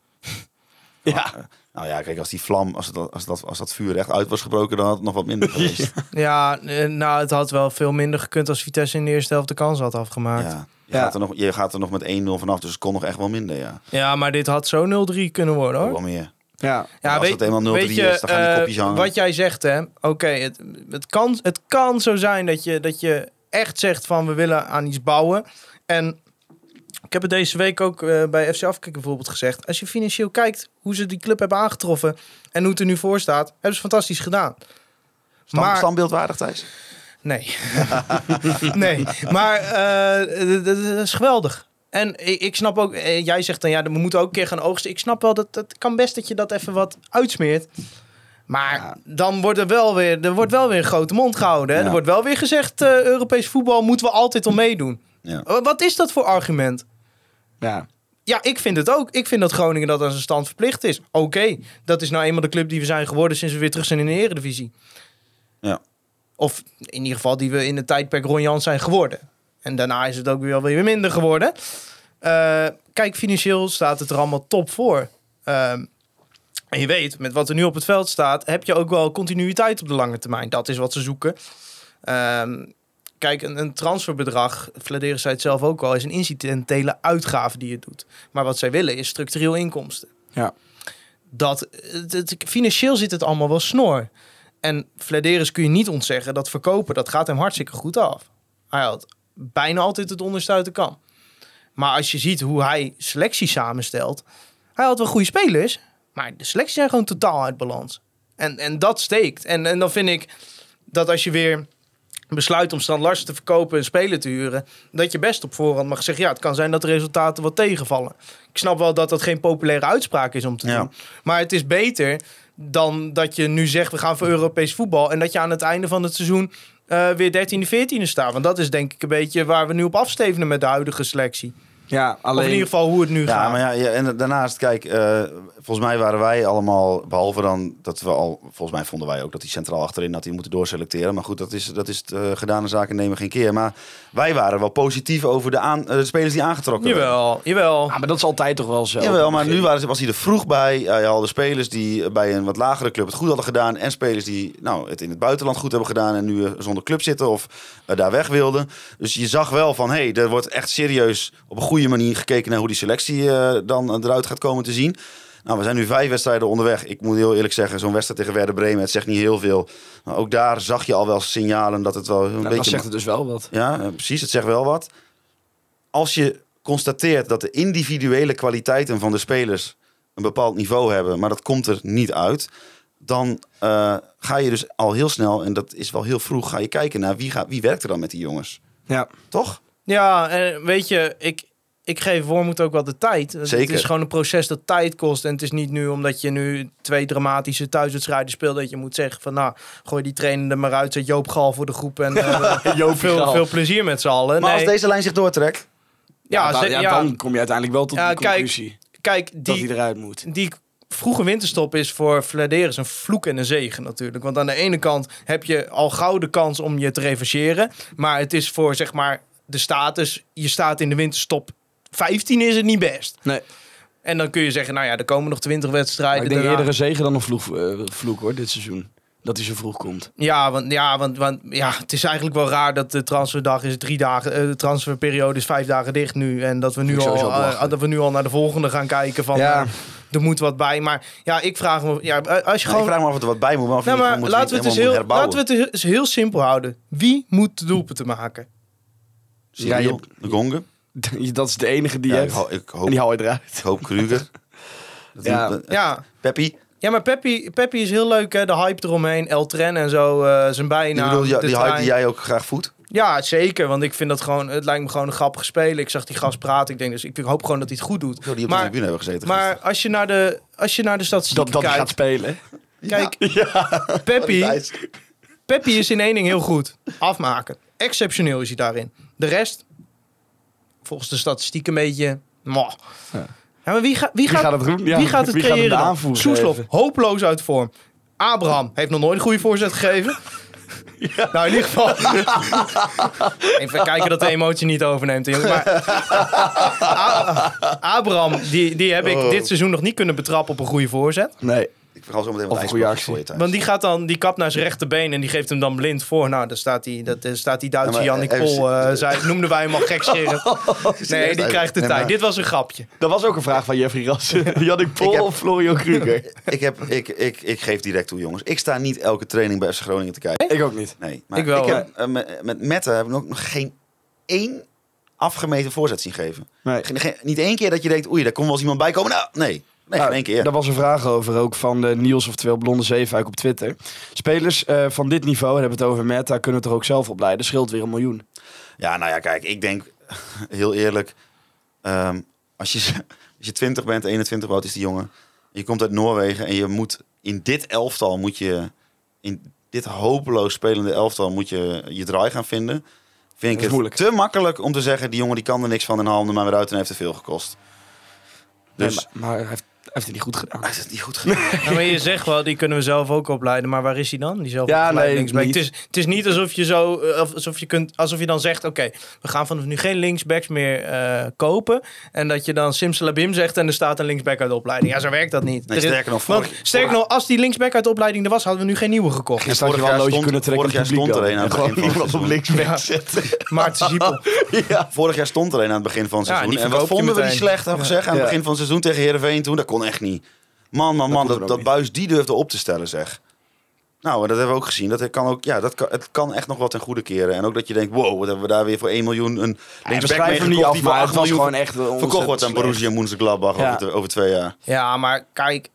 Ja. Nou ja, kijk, als die vlam, als, het, als, dat, als dat vuur echt uit was gebroken, dan had het nog wat minder geweest. Ja, eh, nou, het had wel veel minder gekund als Vitesse in de eerste helft de kans had afgemaakt. Ja, Ja, je, Ja. Gaat er nog, je gaat er nog met één nul vanaf, dus het kon nog echt wel minder, ja. maar dit had zo nul drie kunnen worden, Ook hoor. wel meer. Ja. Ja, als weet, het eenmaal nul drie weet je, is, dan gaan die eh, kopjes hangen. Wat jij zegt, hè. Oké, het, het, kan, het kan zo zijn dat je, dat je echt zegt van we willen aan iets bouwen. En ik heb het deze week ook uh, bij F C Afkikken bijvoorbeeld gezegd. Als je financieel kijkt hoe ze die club hebben aangetroffen en hoe het er nu voor staat, hebben ze fantastisch gedaan. Stam, maar- Standbeeldwaardig, Thijs? Nee. nee, maar uh, dat is geweldig. En ik, ik snap ook, eh, jij zegt dan ja, we moeten ook een keer gaan oogsten. Ik snap wel dat het kan best dat je dat even wat uitsmeert. Maar Ja. dan wordt er wel weer, er wordt wel weer een grote mond gehouden. Hè? Ja. Er wordt wel weer gezegd, uh, Europees voetbal moeten we altijd om meedoen. Ja. Uh, wat is dat voor argument? Ja. Ja, ik vind het ook. Ik vind dat Groningen dat aan zijn stand verplicht is. Oké, okay, dat is nou eenmaal de club die we zijn geworden sinds we weer terug zijn in de Eredivisie. Ja. Of in ieder geval die we in het tijdperk Ron Jans zijn geworden. En daarna is het ook weer, weer minder geworden. Uh, kijk, financieel staat het er allemaal top voor. Uh, en je weet, met wat er nu op het veld staat, heb je ook wel continuïteit op de lange termijn. Dat is wat ze zoeken. Uh, kijk, een, een transferbedrag, Vladeris zei het zelf ook al, is een incidentele uitgave die je doet. Maar wat zij willen is structureel inkomsten. Ja. Dat, het, het, financieel zit het allemaal wel snor. En Vladeris kun je niet ontzeggen dat verkopen, dat gaat hem hartstikke goed af. Hij had bijna altijd het onderste uit de kam. Maar als je ziet hoe hij selectie samenstelt, hij had wel goede spelers, maar de selecties zijn gewoon totaal uit balans. En, en dat steekt. En, en dan vind ik dat als je weer besluit om Strand Larsen te verkopen en spelen te huren, dat je best op voorhand mag zeggen, ja, het kan zijn dat de resultaten wat tegenvallen. Ik snap wel dat dat geen populaire uitspraak is om te Ja. doen. Maar het is beter dan dat je nu zegt, we gaan voor Europees voetbal, en dat je aan het einde van het seizoen uh, weer dertiende, veertiende staat. Want dat is denk ik een beetje waar we nu op afstevenen met de huidige selectie. Ja, alleen... Of in ieder geval hoe het nu Ja, gaat. maar ja, ja, en daarnaast, kijk, uh, volgens mij waren wij allemaal, behalve dan dat we al, volgens mij vonden wij ook dat hij centraal achterin had hij moeten doorselecteren. Maar goed, dat is, dat is het, uh, gedane zaken nemen geen keer. Maar wij waren wel positief over de, aan, uh, de spelers die aangetrokken werden. Jawel, jawel. Ja, maar dat is altijd toch wel zo. Jawel, maar nu waren ze, was hij er vroeg bij. Uh, je hadden spelers die bij een wat lagere club het goed hadden gedaan. En spelers die nou, het in het buitenland goed hebben gedaan en nu uh, zonder club zitten of uh, daar weg wilden. Dus je zag wel van, hé, hey, er wordt echt serieus op een goede manier gekeken naar hoe die selectie uh, dan eruit gaat komen te zien. Nou, we zijn nu vijf wedstrijden onderweg. Ik moet heel eerlijk zeggen, zo'n wedstrijd tegen Werder Bremen, het zegt niet heel veel. Maar ook daar zag je al wel signalen dat het wel een Nou, beetje... dan zegt het dus wel wat. Ja, uh, precies, het zegt wel wat. Als je constateert dat de individuele kwaliteiten van de spelers een bepaald niveau hebben, maar dat komt er niet uit, dan uh, ga je dus al heel snel, en dat is wel heel vroeg, ga je kijken naar wie, gaat, wie werkt er dan met die jongens. Ja. Toch? Ja, en weet je, ik, ik geef Wormoed ook wel de tijd. Zeker. Het is gewoon een proces dat tijd kost. En het is niet nu omdat je nu twee dramatische thuiswedstrijden speelt, dat je moet zeggen van, nou, gooi die trainer er maar uit, zet Joop Gal voor de groep en uh, Joop veel, Gal. veel plezier met z'n allen. Maar Nee. als deze lijn zich doortrekt, Ja, Ja, da- ze- ja, ja. dan kom je uiteindelijk wel tot Ja, de kijk, conclusie Kijk, dat hij die, eruit moet. die vroege winterstop is voor Vladeris een vloek en een zegen natuurlijk. Want aan de ene kant heb je al gauw de kans om je te revancheren. Maar het is voor, zeg maar, de status, je staat in de winterstop vijftien is het niet best. Nee. En dan kun je zeggen, nou ja, er komen nog twintig wedstrijden. Maar ik denk daarna. eerder een zegen dan een vloek, uh, vloek hoor, dit seizoen. Dat hij zo vroeg komt. Ja, want, ja, want, want ja, het is eigenlijk wel raar dat de transferdag is drie dagen. Uh, de transferperiode is vijf dagen dicht nu. En dat we nu, al, uh, dat we nu al naar de volgende gaan kijken van... Ja. Uh, er moet wat bij. Maar ja, ik vraag me... Ja, als je Ja, gewoon... ik vraag me af of er wat bij moet. Maar, of Nou, je maar moet laten, we het eens heel, herbouwen. laten we het eens heel simpel houden. Wie moet de doelpunten maken? Cyril, Ja, je- de Gongen. Dat is de enige die Ja, je ik, hebt. ho- ik hoop, En die haal je eruit. ik hoop Kruger. Dat Ja. die- Ja, Peppi. ja maar Peppi, Peppi is heel leuk, hè? De hype eromheen. El Tren en zo, uh, zijn Die, bijnaam. bedoel, ja, de die hype trein. die jij ook graag voedt. Ja, zeker. Want ik vind dat gewoon... Het lijkt me gewoon een grappige speler. Ik zag die gast praten. Ik denk dus... Ik hoop gewoon dat hij het goed doet. Zo, die op Maar- de tribune hebben gezeten. Maar als je naar de, als je naar de statistieken Dat, dat hij kijkt... gaat spelen. Kijk, Peppi, gisteren. Peppi is in één ding heel goed. Afmaken. Exceptioneel is hij daarin. De rest, volgens de statistiek een beetje... Moh. Ja. Ja, maar wie, ga, wie, Wie gaat, gaat het doen? Ja, wie gaat het wie gaat hem creëren de dan? aanvoer Soeslof, geven? hopeloos uit vorm. Abraham heeft nog nooit een goede voorzet gegeven. Nou, in ieder geval... Even kijken dat de emotie niet overneemt. jongen. Maar A- Abraham, die, die heb ik Oh. dit seizoen nog niet kunnen betrappen op een goede voorzet. Nee. Ik verhaal zo meteen Of wat een goede ijsblok actie. voor je thuis. Want die gaat dan, die kapt naar zijn rechterbeen en die geeft hem dan blind voor. Nou, dan staat die, dat, eh, staat die Duitse Ja, maar Jannik even- Pol, uh, zei, noemden wij hem al gekscherend. Nee, die krijgt de Nee, tijd. maar- Dit was een grapje. Dat was ook een vraag van Jeffrey Rassen. Jannik Pol Ik heb- of Florian Kruger? Ik, heb, ik, ik, ik geef direct toe, jongens. Ik sta niet elke training bij F C Groningen te kijken. Ik ook niet. Nee, maar Ik wel, heb, uh, met, met Mette heb ik ook nog geen één afgemeten voorzet zien geven. Nee. Geen, geen- niet één keer dat je denkt, oei, daar kon wel eens iemand bij komen. Nou, nee. Nee, Nou, geen één keer. Daar was een vraag over, ook van de Niels, oftewel Blonde Zeefuik op Twitter. Spelers uh, van dit niveau, hebben het over Meta, kunnen het er ook zelf opleiden. Scheelt weer een miljoen. Ja, nou ja, kijk, ik denk, heel eerlijk, um, als, je, als je twintig bent, eenentwintig, oud is die jongen. Je komt uit Noorwegen en je moet in dit elftal, moet je, in dit hopeloos spelende elftal, moet je je draai gaan vinden. Vind ik is het moeilijk. te makkelijk om te zeggen, die jongen die kan er niks van en haal hem maar weer uit en heeft te veel gekost. Dus, Nee, maar maar hij heeft, hij heeft het niet goed gedaan. hij heeft het niet goed gedaan. Ja, maar je zegt wel, die kunnen we zelf ook opleiden. Maar waar is hij dan? Die zelf Ja, nee, linksback. niet. Het is, het is niet alsof je zo, uh, alsof je kunt, alsof je dan zegt, oké, okay, we gaan vanaf nu geen linksbacks meer uh, kopen. En dat je dan simsalabim zegt en er staat een linksback uit de opleiding. Ja, zo werkt dat niet. Nee, Er is- sterker nog, want, vorig- sterker nog, als die linksback uit de opleiding er was, hadden we nu geen nieuwe gekocht. Gisteren had je vorig wel een jaar loodje stond- kunnen trekken in vorig het jaar publiek stond er dan. een aan het En gewoon begin van iemand het op seizoen. linksback zetten. Maarten Siepel. Ja. Vorig jaar stond er een aan het begin van het Ja, seizoen. die en wat verkoop je vonden we die meteen. slecht? Hebben we gezegd aan het Ja. begin van het seizoen tegen Heerenveen toen? Dat kon echt niet. Man, man, man, kon dat, er ook dat niet. Buis die durfde op te stellen, zeg. Nou, dat hebben we ook gezien. Dat kan ook, ja, dat kan, het kan echt nog wat ten goede keren. En ook dat je denkt, wow, wat hebben we daar weer voor één miljoen een We linksback mee schrijven hem niet gekocht af, die voor maar het acht was miljoen gewoon echt verkocht wordt aan Borussia Mönchengladbach Ja. over, te- over twee jaar. Ja, maar kijk,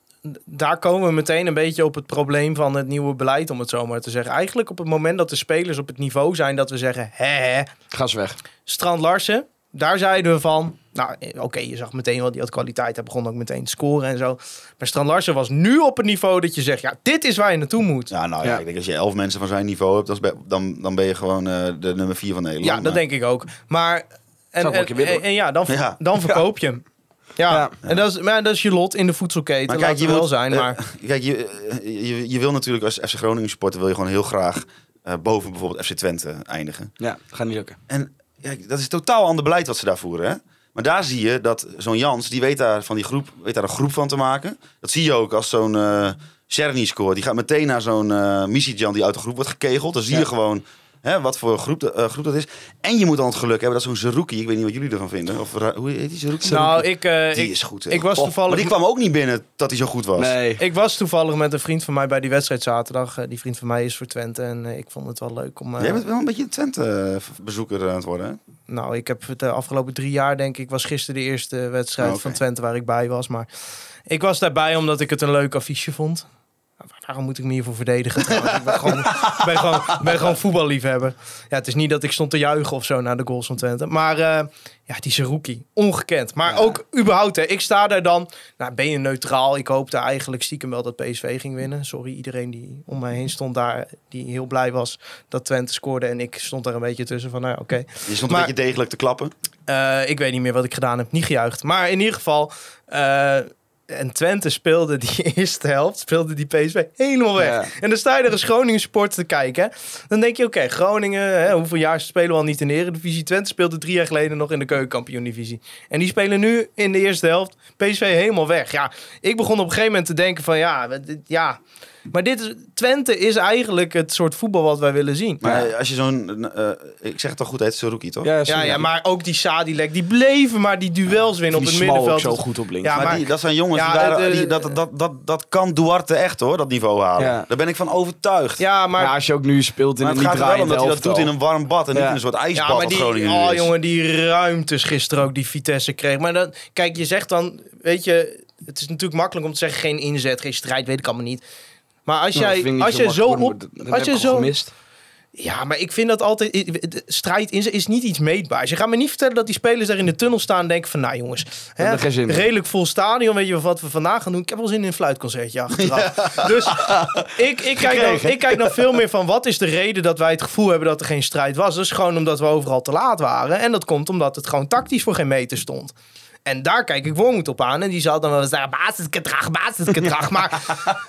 daar komen we meteen een beetje op het probleem van het nieuwe beleid, om het zo maar te zeggen. Eigenlijk op het moment dat de spelers op het niveau zijn dat we zeggen, hè, hè, Ga ze weg. Strand Larsen, daar zeiden we van, nou oké, okay, je zag meteen wel, die had kwaliteit, hij begon ook meteen te scoren en zo. Maar Strand Larsen was nu op het niveau dat je zegt, ja, dit is waar je naartoe moet. Ja, nou ja, Ja. ik denk als je elf mensen van zijn niveau hebt, dat is be- dan, dan ben je gewoon uh, de nummer vier van Nederland. Ja, dat Maar- denk ik ook. Maar, en, Zou ik wel en, een keer willen, en, en ja, dan, Ja. dan verkoop je hem. Ja, Ja. en dat is, maar dat is je lot in de voedselketen, Maar laat kijk, het je wel wilt, zijn. eh, Maar kijk, je, je, je wil natuurlijk als F C Groningen supporter wil je gewoon heel graag uh, boven bijvoorbeeld F C Twente eindigen. Ja, gaat niet lukken. En ja, dat is totaal ander beleid wat ze daar voeren. Hè? Maar daar zie je dat zo'n Jans, die weet daar van die groep, weet daar een groep van te maken. Dat zie je ook als zo'n uh, Czerny scoort. Die gaat meteen naar zo'n uh, Misitjan die uit de groep wordt gekegeld. Dan zie je Ja. gewoon hè, wat voor groep, de, uh, groep dat is. En je moet dan het geluk hebben dat zo'n Zerouki, ik weet niet wat jullie ervan vinden. Of ra- hoe heet die Zerouki? nou, ik, uh, die ik, is goed. hè. ik was Oh, toevallig- Maar die kwam ook niet binnen dat hij zo goed was. Nee. Ik was toevallig met een vriend van mij bij die wedstrijd zaterdag. Uh, die vriend van mij is voor Twente en uh, ik vond het wel leuk om... Uh, Jij bent wel een beetje een Twente-bezoeker aan het worden, hè? Nou, ik heb het de afgelopen drie jaar, denk ik, was gisteren de eerste wedstrijd Oh, oké. van Twente waar ik bij was. Maar ik was daarbij omdat ik het een leuk affiche vond. Waarom moet ik me hiervoor verdedigen? trouwens? ik ben gewoon, ik ben gewoon, ik ben gewoon voetballiefhebber. Ja, het is niet dat ik stond te juichen of zo naar de goals van Twente. Maar uh, ja, die Zerouki, ongekend. Maar Ja. ook überhaupt, hè, ik sta daar dan. Nou, ben je neutraal? Ik hoopte eigenlijk stiekem wel dat P S V ging winnen. Sorry, iedereen die om mij heen stond daar, die heel blij was dat Twente scoorde. En ik stond daar een beetje tussen van, nou ja, oké. Okay. Je stond Maar- een beetje degelijk te klappen. Uh, ik weet niet meer wat ik gedaan heb. Niet gejuicht. Maar in ieder geval... Uh, En Twente speelde die eerste helft, speelde die P S V helemaal weg. Ja. En dan sta je er als Groningen supporter te kijken. Hè? Dan denk je, oké, okay, Groningen, hè, hoeveel jaar spelen we al niet in de Eredivisie? Twente speelde drie jaar geleden nog in de Keukenkampioen-divisie. En die spelen nu in de eerste helft P S V helemaal weg. Ja, ik begon op een gegeven moment te denken van, ja, dit, ja. Maar dit is, Twente is eigenlijk het soort voetbal wat wij willen zien. Maar ja. als je zo'n... Uh, ik zeg het toch goed, heet Saruki, toch? Ja, Ja, ja, maar ook die Sadilek, die bleven maar die duels winnen die op het Smal middenveld. ook zo goed op links. Ja, maar, maar die, dat zijn jongens, ja, die daar, de- die, dat, dat, dat, dat kan Duarte echt hoor, dat niveau halen. Ja. Daar ben ik van overtuigd. Ja, maar, Maar als je ook nu speelt in maar een het niet gaat er wel om draaiend dat hij dat doet in elftal. een warm bad en Ja. niet in een soort ijsbad ja, maar dat die, Groningen nu oh, is. jongen, die ruimtes gisteren ook die Vitesse kreeg. Maar dan, kijk, je zegt dan, weet je, het is natuurlijk makkelijk om te zeggen geen inzet, geen strijd, weet ik allemaal niet. Maar als Nou, dat jij, vind ik niet als jij zo makkelijk, op, dat- dat als heb je ik zo, gemist. ja, maar ik vind dat altijd, de strijd inzet is niet iets meetbaars. Je gaat me niet vertellen dat die spelers daar in de tunnel staan en denken van, nou jongens, hè, er geen zin in. redelijk vol stadion, weet je wat we vandaag gaan doen? Ik heb wel zin in een fluitconcertje achteraf. Dus ik, ik, kijk dan, ik kijk dan veel meer van, wat is de reden dat wij het gevoel hebben dat er geen strijd was? Dat is gewoon omdat we overal te laat waren. En dat komt omdat het gewoon tactisch voor geen meter stond. En daar kijk ik Wormoed op aan. En die zal dan wel zeggen, basisgedrag, basisgedrag. Maar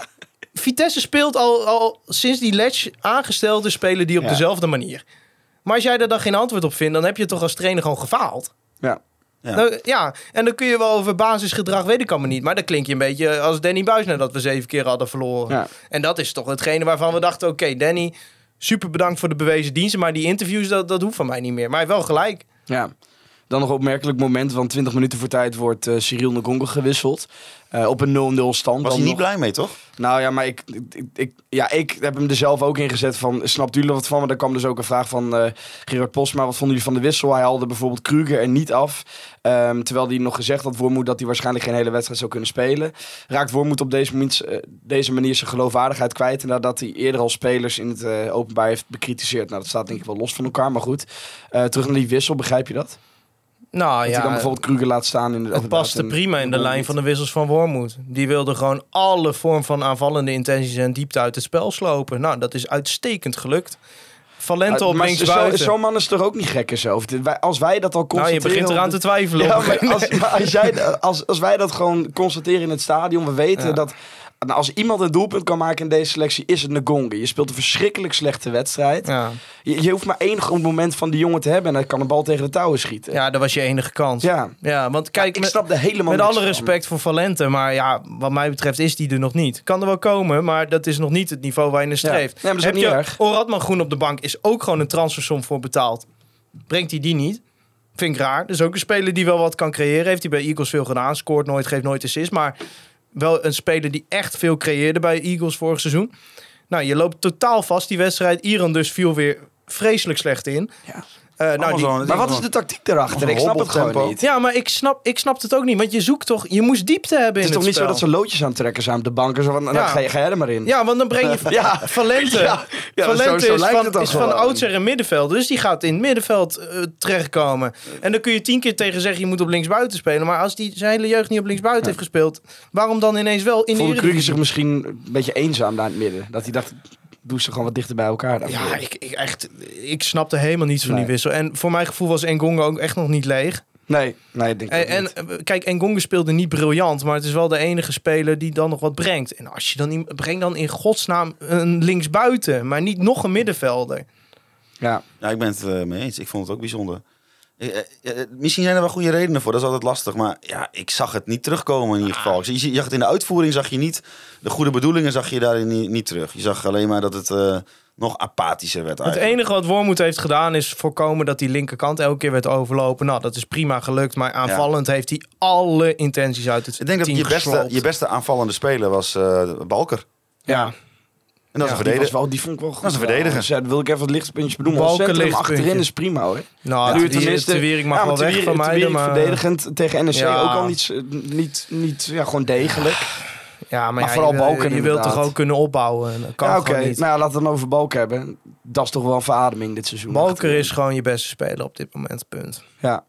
Vitesse speelt al, al sinds die Ledge aangesteld is, spelen die op Ja. dezelfde manier. Maar als jij daar dan geen antwoord op vindt, dan heb je toch als trainer gewoon gefaald. Ja. Ja. Nou, ja, en dan kun je wel over basisgedrag, weet ik allemaal niet. Maar dan klink je een beetje als Danny Buis nadat we zeven keer hadden verloren. Ja. En dat is toch hetgene waarvan we dachten, oké, okay, Danny, super bedankt voor de bewezen diensten. Maar die interviews, dat, dat hoeft van mij niet meer. Maar hij heeft wel gelijk. Ja. Dan nog een opmerkelijk moment, want twintig minuten voor tijd wordt uh, Cyril Ngongo gewisseld. Uh, op een nul nul stand. Was Dan hij niet nog... blij mee, toch? Nou ja, maar ik, ik, ik, ja, ik heb hem er zelf ook in gezet van, snapt jullie wat van? Maar er kwam dus ook een vraag van uh, Gerard Posma, wat vonden jullie van de wissel? Hij haalde bijvoorbeeld Kruger er niet af. Um, terwijl hij nog gezegd had, Wormoed, dat hij waarschijnlijk geen hele wedstrijd zou kunnen spelen. Raakt Wormoed op deze, moment, uh, deze manier zijn geloofwaardigheid kwijt. En nadat hij eerder al spelers in het uh, openbaar heeft bekritiseerd. Nou, dat staat denk ik wel los van elkaar, maar goed. Uh, terug naar die wissel, begrijp je dat? Nou Dat ja, hij dan bijvoorbeeld Kruger laat staan in de het paste en- prima in de lijn van de wissels van Wormoed. Die wilde gewoon alle vorm van aanvallende intenties en diepte uit het spel slopen. Nou, dat is uitstekend gelukt. Valente Uh, op maar linksbuiten. zo- Zo'n man is toch ook niet gek en zo? Of dit- wij- Als wij dat al Nou, je constateren... begint eraan op te de- twijfelen. Ja, op- maar als, maar als, jij, als, als wij dat gewoon constateren in het stadion, we weten Ja. dat nou, als iemand een doelpunt kan maken in deze selectie, is het Ngongo. Je speelt een verschrikkelijk slechte wedstrijd. Ja. Je, je hoeft maar één goed moment van die jongen te hebben en hij kan de bal tegen de touwen schieten. ja, dat was je enige kans. Ja. Ja, want kijk, ik met, snap er helemaal met niks alle van. respect voor Valente, maar ja, wat mij betreft is die er nog niet. Kan er wel komen, maar dat is nog niet het niveau waar je naar streeft. Ja, maar dat is ook Heb niet je erg. Oratman Groen op de bank is ook gewoon een transfersom voor betaald. Brengt hij die niet? Vind ik raar. Dus ook een speler die wel wat kan creëren. Heeft hij bij Eagles veel gedaan. Scoort nooit, geeft nooit assist. Maar wel een speler die echt veel creëerde bij Eagles vorig seizoen. Nou, je loopt totaal vast die wedstrijd. Iran dus viel weer vreselijk slecht in. Ja. Uh, nou, die, zo'n- Maar wat is de tactiek daarachter? Of een Ik snap het gewoon hobbeltempo. niet. ja, maar ik snap, ik snap het ook niet. Want je zoekt toch... Je moest diepte hebben Het is in toch het niet zo spel. dat ze loodjes aan het trekken zijn op de banken? Zo van, nou, Ja. ga, je, ga jij er maar in. Ja, want dan breng je Ja. Valente. Ja. Ja, Valente zo- zo is, lijkt van, het dan is van gewoon. oudsher een middenvelder. Dus die gaat in het middenveld uh, terechtkomen. En dan kun je tien keer tegen zeggen... je moet op linksbuiten spelen. Maar als die zijn hele jeugd niet op linksbuiten heeft gespeeld... waarom dan ineens wel in de Vond Kruger zich Eredivisie? misschien een beetje eenzaam daar in het midden? Dat hij dacht, doe ze gewoon wat dichter bij elkaar. daarvoor. Ja, ik, ik, echt, ik snapte helemaal niets van Nee. die wissel. En voor mijn gevoel was Ngongo ook echt nog niet leeg. Nee, nee, ik denk En, dat en niet. eh, kijk, Ngongo speelde niet briljant, maar het is wel de enige speler die dan nog wat brengt. En als je dan niet, breng dan in godsnaam een linksbuiten, maar niet nog een middenvelder. Ja. Ja, ik ben het uh, mee eens. Ik vond het ook bijzonder. Eh, eh, eh, misschien zijn er wel goede redenen voor, dat is altijd lastig. Maar ja, ik zag het niet terugkomen in ieder geval. Je, je zag het in de uitvoering, zag je niet. De goede bedoelingen zag je daarin niet, niet terug. Je zag alleen maar dat het uh, nog apathischer werd Het eigenlijk. enige wat Wormoed heeft gedaan is voorkomen dat die linkerkant elke keer werd overlopen. Nou, dat is prima gelukt, maar aanvallend heeft hij alle intenties uit het Ik denk dat team je beste, gesloopt. je beste aanvallende speler was uh, Balker. Ja. En dat is Ja, een Die, was verdediger. wel, die vond ik wel goed. Dat is een verdediger. Dus, ja, dat wil ik even wat lichtpuntjes benoemen. Balken Balken lichtpuntje. achterin is prima hoor. Nou, Nu ja, het tenminste- de Wierik mag Ja, wel maar weg Te van Wierik- Te mij, Wierik maar... verdedigend tegen N E C Ja. ook al niet, niet, niet ja, gewoon degelijk. Ja, maar, Maar ja, vooral je, wil- Balken je wilt toch inderdaad. ook kunnen opbouwen. Dat kan Ja, oké. gewoon niet. Nou, ja, laten we het dan over Balken hebben. Dat is toch wel een verademing dit seizoen. Balker Achterin. is gewoon je beste speler op dit moment, punt. Ja.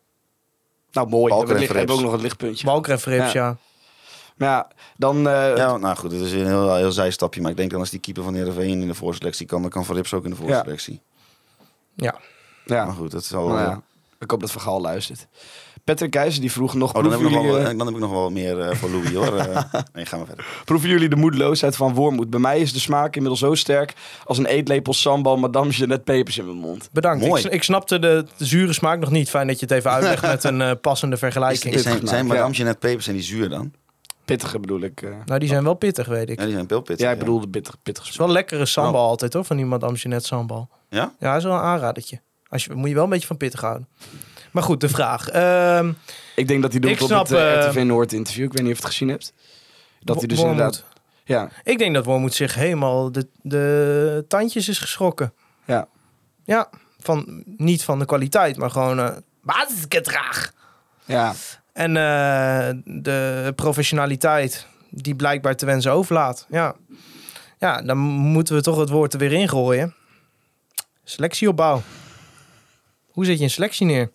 Nou, mooi. Balken we en hebben Frips. ook nog een lichtpuntje. Balker en Frips, ja. Ja. Maar ja, dan... eh, Ja, nou goed, het is een heel, heel zijstapje. Maar ik denk dan als die keeper van Heerenveen in de voorselectie kan, dan kan Van Rips ook in de voorselectie. Ja. ja. Maar goed, dat is al... Nou ja, ik hoop dat Van Gaal luistert. Patrick Keizer die vroeg nog... Oh, dan heb, ik nog proeven wel, jullie, dan heb ik nog wel meer uh, voor Louis, hoor. Uh, nee, gaan we verder. proeven jullie de moedeloosheid van Wormoed? Bij mij is de smaak inmiddels zo sterk als een eetlepel sambal Madame Jeanette pepers in mijn mond. Bedankt. Mooi. Ik, ik snapte de, de zure smaak nog niet. Fijn dat je het even uitlegt met een uh, passende Is, vergelijking. is, zijn gemaakt, zijn Madame ja. Jeanette pepers en die zuur dan? Pittige bedoel ik. Uh. Nou, die zijn wel pittig, weet ik. Ja, die zijn heel pittig. Ja, ik bedoel de bitter, pittige Het is smaak. wel lekkere sambal altijd, hoor, van die Madame Jeanette sambal. Ja? Ja, dat is wel een aanradertje. Als je, moet je wel een beetje van pittig houden. Maar goed, de vraag. Ehm Ik denk dat hij doet Ik op snap, het uh, uh, R T V Noord interview. Ik weet niet of je het gezien hebt. Dat hij dus Wormoed. inderdaad... Ja, Ik denk dat Wormoed zich helemaal de, de tandjes is geschrokken. ja. Ja, van, niet van de kwaliteit, maar gewoon uh, basisgedrag. Ja, En uh, de professionaliteit die blijkbaar te wensen overlaat. Ja. ja, dan moeten we toch het woord er weer ingooien. Selectieopbouw. Hoe zet je een selectie neer?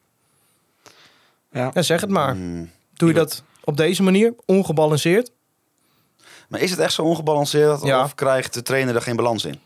ja. Ja, zeg het maar. Mm. Doe je dat op deze manier? Ongebalanceerd? Maar is het echt zo ongebalanceerd? Ja. Of krijgt de trainer er geen balans in?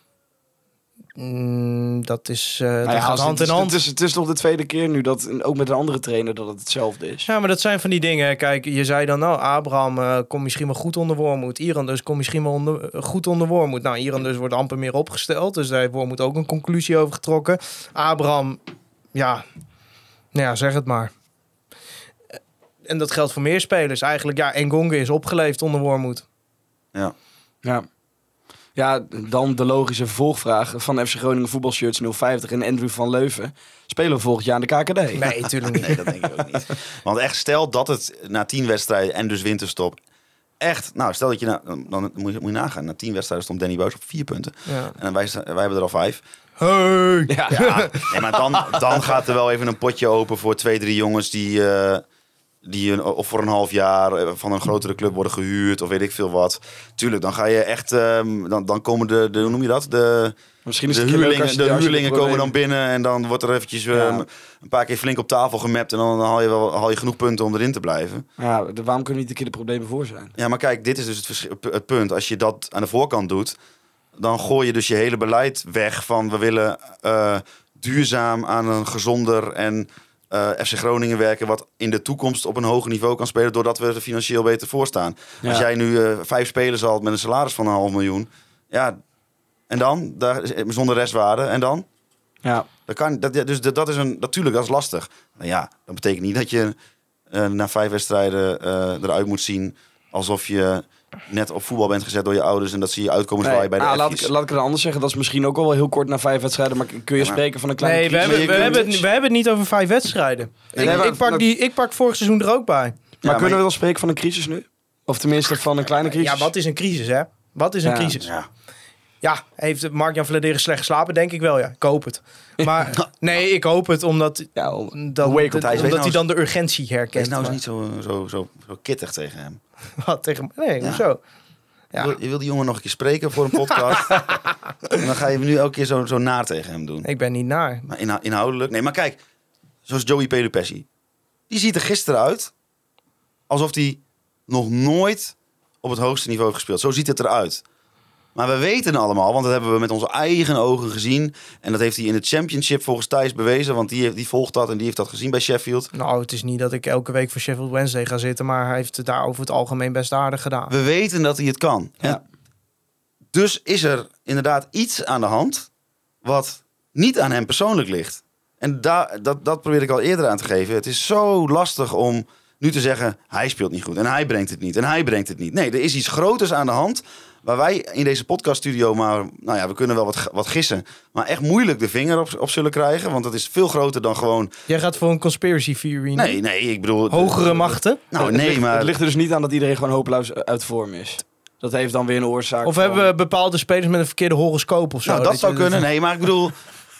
Mm, dat is, uh, dat Nou ja, gaat als hand het, in is- hand. Het is, het is toch de tweede keer nu dat, en ook met een andere trainer, dat het hetzelfde is. Ja, maar dat zijn van die dingen. Kijk, je zei dan, nou, Abraham uh, komt misschien wel goed onder Wormoed. Iran dus komt misschien wel onder, uh, goed onder Wormoed. Nou, Iran dus wordt amper meer opgesteld. Dus daar heeft Wormoed ook een conclusie over getrokken. Abraham, ja, nou ja, zeg het maar. En dat geldt voor meer spelers. Eigenlijk, ja, Engonge is opgeleefd onder Wormoed. Ja. Ja. Ja, dan de logische vervolgvraag van F C Groningen voetbalshirts nul vijftig en Andrew van Leuven. Spelen we volgend jaar in de K K D? Nee, natuurlijk niet. Nee, dat denk ik ook niet. Want echt, stel dat het na tien wedstrijden en dus winterstop... Echt, nou, stel dat je... Na, dan, dan moet, je, moet je nagaan. Na tien wedstrijden stond Danny Buis op vier punten. Ja. En wij, wij hebben er al vijf. Hey. Ja. Ja, nee, maar dan, dan gaat er wel even een potje open voor twee, drie jongens die... Uh, die een, of voor een half jaar van een grotere club worden gehuurd of weet ik veel wat. Tuurlijk, dan ga je echt... Um, dan, dan komen de, de... Hoe noem je dat? De... Misschien is De het een keer leuk als huurlingen, je- de als je huurlingen de komen dan problemen- binnen en dan wordt er eventjes um, Ja. een paar keer flink op tafel gemapt en dan, dan haal, je wel, haal je genoeg punten om erin te blijven. Ja, de- waarom kunnen niet een keer de problemen voor zijn? Ja, maar kijk, dit is dus het, vers- het punt. Als je dat aan de voorkant doet, dan gooi je dus je hele beleid weg van we willen uh, duurzaam aan een gezonder en uh, F C Groningen werken wat in de toekomst op een hoger niveau kan spelen doordat we er financieel beter voor staan. Ja. Als jij nu uh, vijf spelers had met een salaris van een half miljoen, ja, en dan? Daar, zonder restwaarde, en dan? Ja, Dat kan, dat, ja, dus dat, dat is een, natuurlijk, dat is lastig. Nou ja, dat betekent niet dat je uh, na vijf wedstrijden uh, eruit moet zien alsof je net op voetbal bent gezet door je ouders en dat zie je uitkomenswaaien bij de ah, laat, F's. ik, laat ik het anders zeggen. Dat is misschien ook al wel heel kort na vijf wedstrijden. Maar kun je Ja, maar- spreken van een kleine Nee, we crisis? hebben, we, je hebben kunt- het, we hebben het niet over vijf wedstrijden. Nee, ik, maar- ik, pak die, ik pak vorig seizoen er ook bij. Maar Ja, kunnen maar- we wel spreken van een crisis nu? Of tenminste van een kleine crisis? Ja, wat is een crisis, hè? Wat is een Ja. crisis? Ja. Ja, heeft Mark-Jan Vladeris slecht geslapen? Denk ik wel, ja. Ik hoop het. Maar nee, ik hoop het omdat, Ja, om- dat, Hoe ik- dat- hij is- omdat weet hij nou dan de urgentie Wees herkent. nou eens Maar- niet zo, zo, zo, zo kittig tegen hem. Wat tegen Nee, Ja. hoezo? Je, Ja, wil, je wil die jongen nog een keer spreken voor een podcast. En dan ga je nu elke keer zo, zo naar tegen hem doen. ik ben niet naar. Maar inhou- inhoudelijk... Nee, maar kijk. Zoals Joey Pelupessi. Die ziet er gisteren uit alsof hij nog nooit op het hoogste niveau heeft gespeeld. Zo ziet het eruit. Maar we weten allemaal, want dat hebben we met onze eigen ogen gezien. En dat heeft hij in de Championship volgens Thijs bewezen. Want die, heeft, die volgt dat en die heeft dat gezien bij Sheffield. Nou, het is niet dat ik elke week voor Sheffield Wednesday ga zitten, maar hij heeft het daar over het algemeen best aardig gedaan. We weten dat hij het kan. Ja. En dus is er inderdaad iets aan de hand wat niet aan hem persoonlijk ligt. En daar, dat, dat probeer ik al eerder aan te geven. Het is zo lastig om nu te zeggen, hij speelt niet goed en hij brengt het niet en hij brengt het niet. Nee, er is iets groters aan de hand waar wij in deze podcaststudio maar, nou ja, we kunnen wel wat, wat gissen, maar echt moeilijk de vinger op, op zullen krijgen. Want dat is veel groter dan gewoon... Jij gaat voor een conspiracy theory. Nee, nee, ik bedoel... Hogere machten? Nou, Het nee, ligt- maar... Het ligt er dus niet aan dat iedereen gewoon hopeloos uit vorm is. Dat heeft dan weer een oorzaak. Of van- hebben we bepaalde spelers met een verkeerde horoscoop of zo? Nou, dat je- zou kunnen. Nee, maar ik bedoel...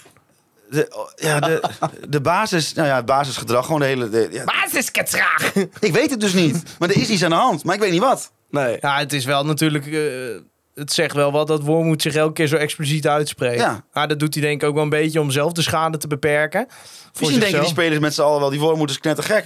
De, ja, de, de basis... Nou ja, het basisgedrag. Gewoon de hele... De, ja, Basisgedrag! ik weet het dus niet. Maar er is iets aan de hand. Maar ik weet niet wat. Nee. Ja, het is wel natuurlijk... eh, het zegt wel wat dat Wormoed zich elke keer zo expliciet uitspreekt. Ja. Maar dat doet hij denk ik ook wel een beetje om zelf de schade te beperken. Voor Misschien denken die zichzelf. spelers met z'n allen wel... Die Wormoed is knettergek.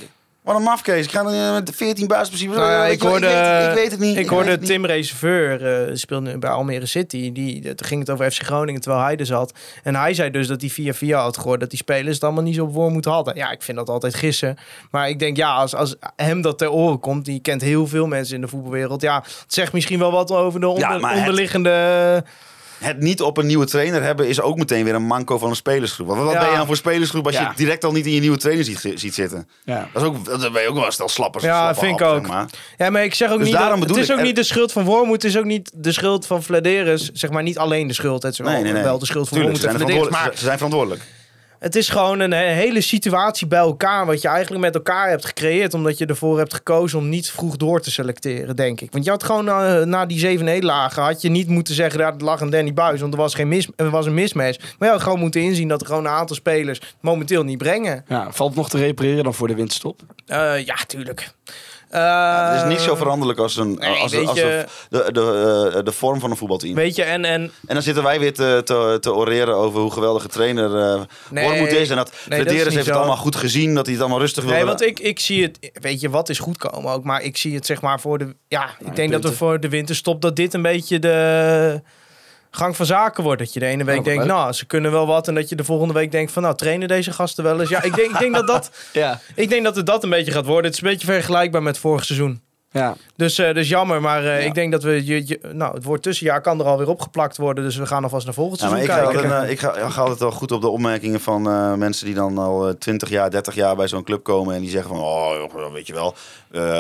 Wat een mafkees. Ik ga dan met veertien buisprincipes. Nou ja, ik, hoorde, ik, weet, ik weet het niet. Ik hoorde weet het Tim Reserveur, uh, speelde nu bij Almere City. Die, toen ging het over F C Groningen terwijl hij er zat. En hij zei dus dat hij via via had gehoord dat die spelers het allemaal niet zo op Wormoed hadden. Ja, ik vind dat altijd gissen. Maar ik denk, ja, als, als hem dat ter oren komt, die kent heel veel mensen in de voetbalwereld. Ja, het zegt misschien wel wat over de onder, Ja, onderliggende... Het, het niet op een nieuwe trainer hebben is ook meteen weer een manco van een spelersgroep. Wat, wat Ja. ben je nou voor spelersgroep als Ja. je direct al niet in je nieuwe trainer ziet, ziet zitten? Ja. Dat is ook, dat ben je ook wel een stel slappers. Ja, slappe vind ik hap, ook. zeg maar. Ja, maar ik zeg ook Dus niet daarom dat, het bedoel is ik, ook er- niet de schuld van Wormoed. Het is ook niet de schuld van Vladeris. Zeg maar niet alleen de schuld. Het is Nee, nee, nee. wel de schuld van Tuurlijk, ze Wormoed zijn, en Vladeris. verantwoordelijk. Maar Ze zijn verantwoordelijk. het is gewoon een he- hele situatie bij elkaar. Wat je eigenlijk met elkaar hebt gecreëerd. Omdat je ervoor hebt gekozen om niet vroeg door te selecteren, denk ik. Want je had gewoon uh, na die zeven nederlagen... had je niet moeten zeggen, dat lag een Danny Buis. Want er was, geen mis, er was een mismatch. Maar je had gewoon moeten inzien dat er gewoon een aantal spelers... momenteel niet brengen. Ja, valt nog te repareren dan voor de winterstop? Uh, ja, tuurlijk. Uh, Ja, het is niet zo veranderlijk als, een, nee, als, weet als je- de, de, de, eh, de vorm van een voetbalteam. Weet je, en... en En dan zitten wij weer te, te, te oreren over hoe geweldige trainer uh, Nee, Wormoed is. En dat nee, dat is Vladeris niet heeft het zo. allemaal goed gezien. Dat hij het allemaal rustig wil. Nee, want ik, ik zie het... Weet je, wat is goed komen ook. Maar ik zie het zeg maar voor de... Ja, ik denk dat punten. we voor de winterstop... dat dit een beetje de gang van zaken wordt. Dat je de ene week Oh, denkt, leuk. nou, ze kunnen wel wat. En dat je de volgende week denkt van, nou, trainen deze gasten wel eens. Ja, ik denk, ik denk, dat, dat, Ja. ik denk dat het dat een beetje gaat worden. Het is een beetje vergelijkbaar met vorig seizoen. Ja. Dus, uh, dus jammer, maar uh, Ja. ik denk dat we... Je, je, nou, het woord tussenjaar kan er alweer opgeplakt worden. Dus we gaan alvast naar volgend Ja, maar seizoen ik, ga kijken. altijd, uh, ik, ga, ik ga altijd wel goed op de opmerkingen van uh, mensen die dan al uh, twintig jaar, dertig jaar bij zo'n club komen. En die zeggen van, oh, joh, weet je wel, uh, uh,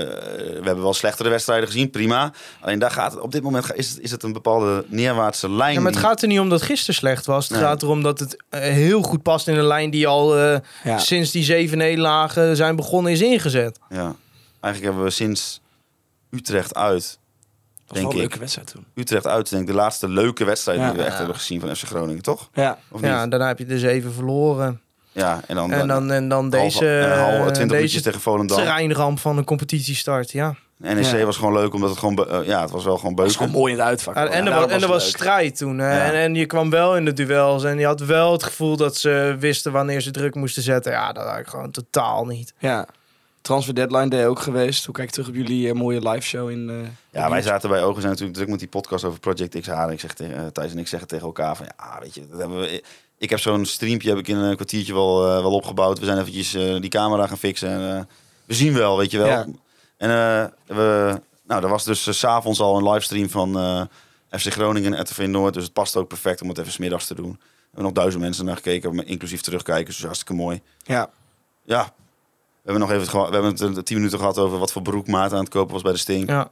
we hebben wel slechtere wedstrijden gezien, prima. Alleen daar gaat het, op dit moment is het, is het een bepaalde neerwaartse lijn. Ja, maar het die- gaat er niet om dat gisteren slecht was. Het Nee. gaat erom dat het uh, heel goed past in een lijn die al uh, Ja. sinds die zeven nederlagen zijn begonnen is ingezet. Ja, eigenlijk hebben we sinds Utrecht uit, Dat was denk wel een ik, leuke wedstrijd toen. Utrecht uit, denk ik, de laatste leuke wedstrijd Ja. die we echt Ja. hebben gezien van F C Groningen, toch? Ja. Of Ja, niet? daarna heb je de zeven verloren. Ja, en dan, En dan, en dan half- deze, en een half- twintig deze minuutjes tegen Volendam. terreinramp van een competitiestart. Ja. N E C Ja. was gewoon leuk, omdat het gewoon, be- uh, ja, het was wel gewoon Dat was beuken. gewoon mooi in het uitvak. Ja, hoor. en er, Ja, was, dat en er was leuk. strijd toen. Hè. Ja. En, en je kwam wel in de duels. En je had wel het gevoel dat ze wisten wanneer ze druk moesten zetten. Ja, dat had ik gewoon totaal niet. Ja. Transfer Deadline Day ook geweest. Hoe kijk ik terug op jullie uh, mooie live show in... Uh, Ja, wij zaten bij Ogen zijn natuurlijk druk met die podcast over Project X H. En ik zeg tegen, uh, Thijs en ik zeggen tegen elkaar van, ja, weet je, dat hebben we... Ik heb zo'n streampje heb ik in een kwartiertje wel, uh, wel opgebouwd. We zijn eventjes uh, die camera gaan fixen. En, uh, we zien wel, weet je wel. Ja. En uh, we, nou, er was dus uh, 's avonds al een livestream van uh, F C Groningen en R T V Noord. Dus het past ook perfect om het even 's middags te doen. We hebben nog duizend mensen naar gekeken, inclusief terugkijken. Dus hartstikke mooi. ja. Ja, we hebben nog even het geha- we hebben het uh, tien minuten gehad over wat voor broek Maarten aan het kopen was bij de Sting. Ja.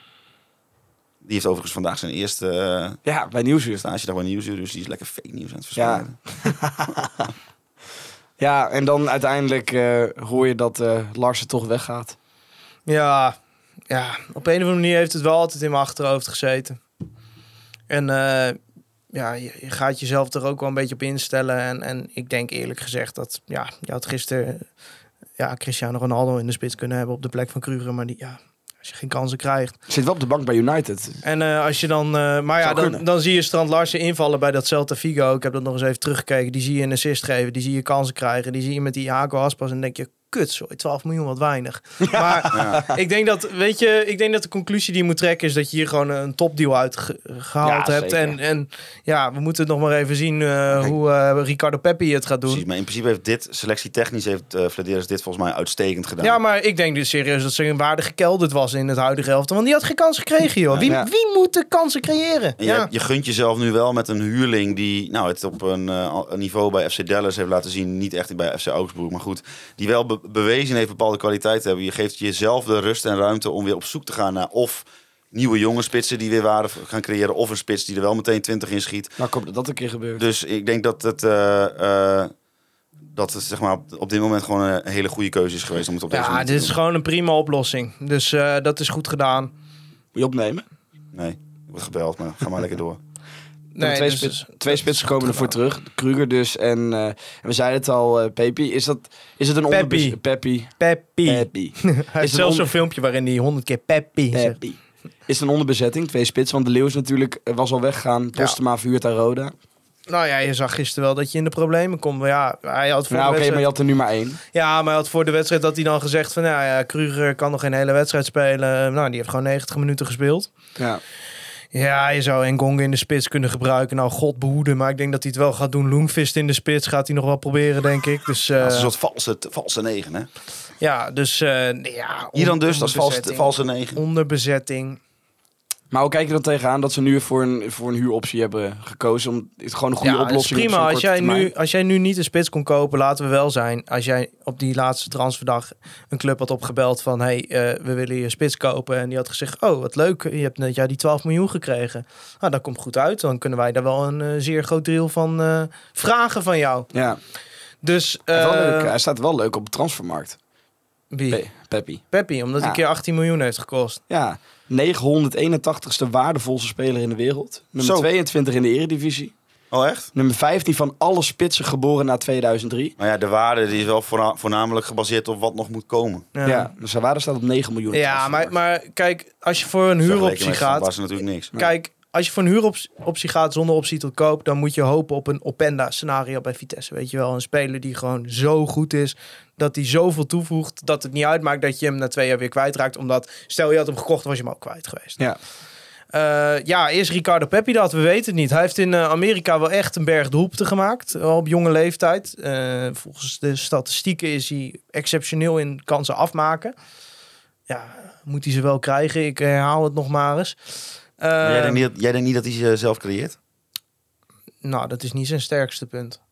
Die heeft overigens vandaag zijn eerste uh, Ja, bij Nieuwsuur. stage dag bij Nieuwsuur. Dus die is lekker fake nieuws aan het Ja. verspreiden. Ja, en dan uiteindelijk uh, hoor je dat uh, Larsen toch weggaat. Ja, ja, op een of andere manier heeft het wel altijd in mijn achterhoofd gezeten. En uh, ja, je, je gaat jezelf er ook wel een beetje op instellen. En, en ik denk eerlijk gezegd dat, ja, je had gisteren ja, Cristiano Ronaldo in de spits kunnen hebben op de plek van Kruger. Maar die, ja, als je geen kansen krijgt. Zit wel op de bank bij United. En uh, als je dan, uh, maar ja, Zou dan, kunnen. dan zie je Strand Larsen invallen bij dat Celta Vigo. Ik heb dat nog eens even teruggekeken. Die zie je een assist geven, die zie je kansen krijgen. Die zie je met die Hago Aspas en dan denk je, kut, sorry, twaalf miljoen, wat weinig. Maar Ja. ik denk dat, weet je, ik denk dat de conclusie die je moet trekken is dat je hier gewoon een topdeal uitgehaald Ja, hebt. zeker. En, en ja, we moeten nog maar even zien uh, hoe uh, Ricardo Pepi het gaat doen. Precies, maar in principe heeft dit, selectietechnisch heeft uh, Vladeris dit volgens mij uitstekend gedaan. Ja, maar ik denk dus serieus dat ze een waarde gekelderd was in het huidige elftal. Want die had geen kans gekregen, joh. Wie, Ja. wie moet de kansen creëren? En je, Ja. hebt- je gunt jezelf nu wel met een huurling die nou, het op een, uh, een niveau bij F C Dallas heeft laten zien. Niet echt bij F C Augsburg, maar goed. Die wel be- bewezen heeft bepaalde kwaliteit te hebben. Je geeft jezelf de rust en ruimte om weer op zoek te gaan naar of nieuwe jonge spitsen die weer waarde gaan creëren. Of een spits die er wel meteen twintig in schiet. Nou, ik hoop dat dat een keer gebeurt. Dus ik denk dat het, uh, uh, dat het zeg maar, op, op dit moment gewoon een hele goede keuze is geweest om het op deze Ja, manier te dit is doen. gewoon een prima oplossing. Dus uh, dat is goed gedaan. Moet je opnemen? Nee, ik word gebeld, maar ga maar lekker door. Nee, twee, dus- spits, twee spitsen komen ervoor terug. Kruger dus. En uh, we zeiden het al, uh, Pepi. Is, dat, is het een Pepi. onderbez- Pepi. Pepi. Pepi. Hij Is heeft het zelfs on- zo'n filmpje waarin hij honderd keer Pepi zegt. Pepi. Is het een onderbezetting? Twee spitsen. Want de Leeuw is natuurlijk, uh, was al weggegaan. Postema verhuurd aan Roda. Nou ja, je zag gisteren wel dat je in de problemen komt. Maar ja, hij had voor Nou, de oké, wedstrijd... maar je had er nu maar één. Ja, maar hij had voor de wedstrijd dat hij dan gezegd van... Nou ja, Kruger kan nog geen hele wedstrijd spelen. Nou, die heeft gewoon negentig minuten gespeeld. Ja. Ja, je zou Ngonga in de spits kunnen gebruiken. Nou, god behoede. Maar ik denk dat hij het wel gaat doen. Loengvist in de spits gaat hij nog wel proberen, denk ik. Dus, uh, Als een soort valse, valse negen, hè? ja, dus... Uh, ja, Hier dan dus als valse, onderbezetting. valse negen. Onderbezetting. Maar hoe kijk je dan tegenaan dat ze nu voor een, voor een huuroptie hebben gekozen? Om het gewoon een goede Ja, dat is oplossing op prima. zo'n Als korte jij, termijn? nu, als jij nu niet een spits kon kopen, laten we wel zijn. Als jij op die laatste transferdag een club had opgebeld van... hey, uh, we willen je spits kopen. En die had gezegd, oh, wat leuk. Je hebt net ja, die twaalf miljoen gekregen. Nou, dat komt goed uit. Dan kunnen wij daar wel een uh, zeer groot deel van uh, vragen van jou. Ja, Dus... Hij is wel Uh, leuk. Hij staat wel leuk op de transfermarkt. wie? Pe- Peppi. Peppi, omdat hij Ja. een keer achttien miljoen heeft gekost. Ja, negenhonderdeenentachtigste waardevolste speler in de wereld. Nummer Zo. tweeëntwintig in de Eredivisie. Oh, echt? Nummer vijftien van alle spitsen geboren na tweeduizend drie. Maar ja, de waarde die is wel voorna- voornamelijk gebaseerd op wat nog moet komen. Ja, Ja, dus zijn waarde staat op negen miljoen. ja maar, maar kijk, als je voor een Vergeleken huuroptie met Van gaat... Basten natuurlijk niks. Kijk, als je voor een huuroptie gaat zonder optie tot koop... dan moet je hopen op een Openda-scenario bij Vitesse. Weet je wel, een speler die gewoon zo goed is... dat hij zoveel toevoegt dat het niet uitmaakt... dat je hem na twee jaar weer kwijtraakt. Omdat, stel je had hem gekocht, was je hem ook kwijt geweest. Ja. Uh, ja, is Ricardo Peppi dat? We weten het niet. Hij heeft in uh, Amerika wel echt een berg doelpunten gemaakt. Al op jonge leeftijd. Uh, volgens de statistieken is hij exceptioneel in kansen afmaken. Ja, moet hij ze wel krijgen. Ik herhaal het nog maar eens. Uh, jij, denkt niet dat, jij denkt niet dat hij ze zelf creëert? Nou, dat is niet zijn sterkste punt.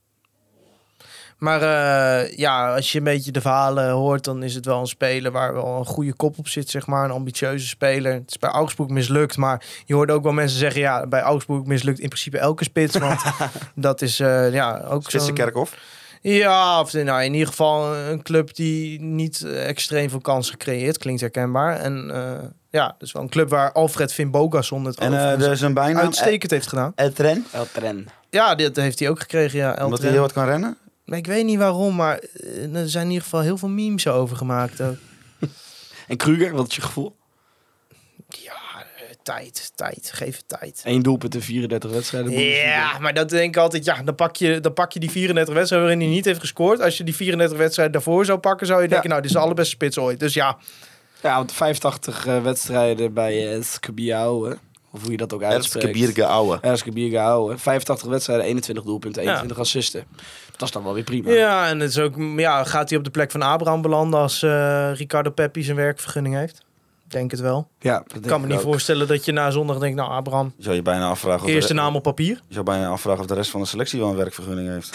Maar uh, ja, als je een beetje de verhalen hoort... dan is het wel een speler waar wel een goede kop op zit, zeg maar. Een ambitieuze speler. Het is bij Augsburg mislukt, maar je hoort ook wel mensen zeggen... ja, bij Augsburg mislukt in principe elke spits. Want dat is uh, ja ook Spitse zo'n... Kerkhoff? Ja, of nou, in ieder geval een club die niet uh, extreem veel kansen creëert. Klinkt herkenbaar. En uh, ja, dus wel een club waar Alfred Finn Bogason het En uh, overigens zijn bijnaam? uitstekend heeft gedaan. El Tren? El Tren. Ja, dat heeft hij ook gekregen, ja. El Omdat hij Tren. heel wat kan rennen? Ik weet niet waarom, maar uh, er zijn in ieder geval heel veel memes over gemaakt ook. En Kruger, wat is je gevoel? Ja, uh, tijd, tijd, geef het tijd. Eén doelpunt in vierendertig wedstrijden. Ja, maar dat denk ik altijd, ja, dan pak je, dan pak je die vierendertig wedstrijden waarin hij niet heeft gescoord. Als je die vierendertig wedstrijden daarvoor zou pakken, zou je denken, Ja. nou, dit is de allerbeste spits ooit. Dus ja, Ja, want vijfentachtig uh, wedstrijden bij uh, Skabiao, of hoe je dat ook uitspreekt. Erzgebirge Aue. Erzgebirge vijfentachtig wedstrijden, eenentwintig doelpunten, eenentwintig assisten. Dat is dan wel weer prima. ja, en het is ook, ja, gaat hij op de plek van Abraham belanden als uh, Ricardo Peppi zijn werkvergunning heeft? Denk het wel. Ja, dat Ik denk kan me niet ook. voorstellen dat je na zondag denkt, nou, Abraham, Je zou je bijna afvragen of, eerste de, naam op papier. je zou bijna afvragen of de rest van de selectie wel een werkvergunning heeft.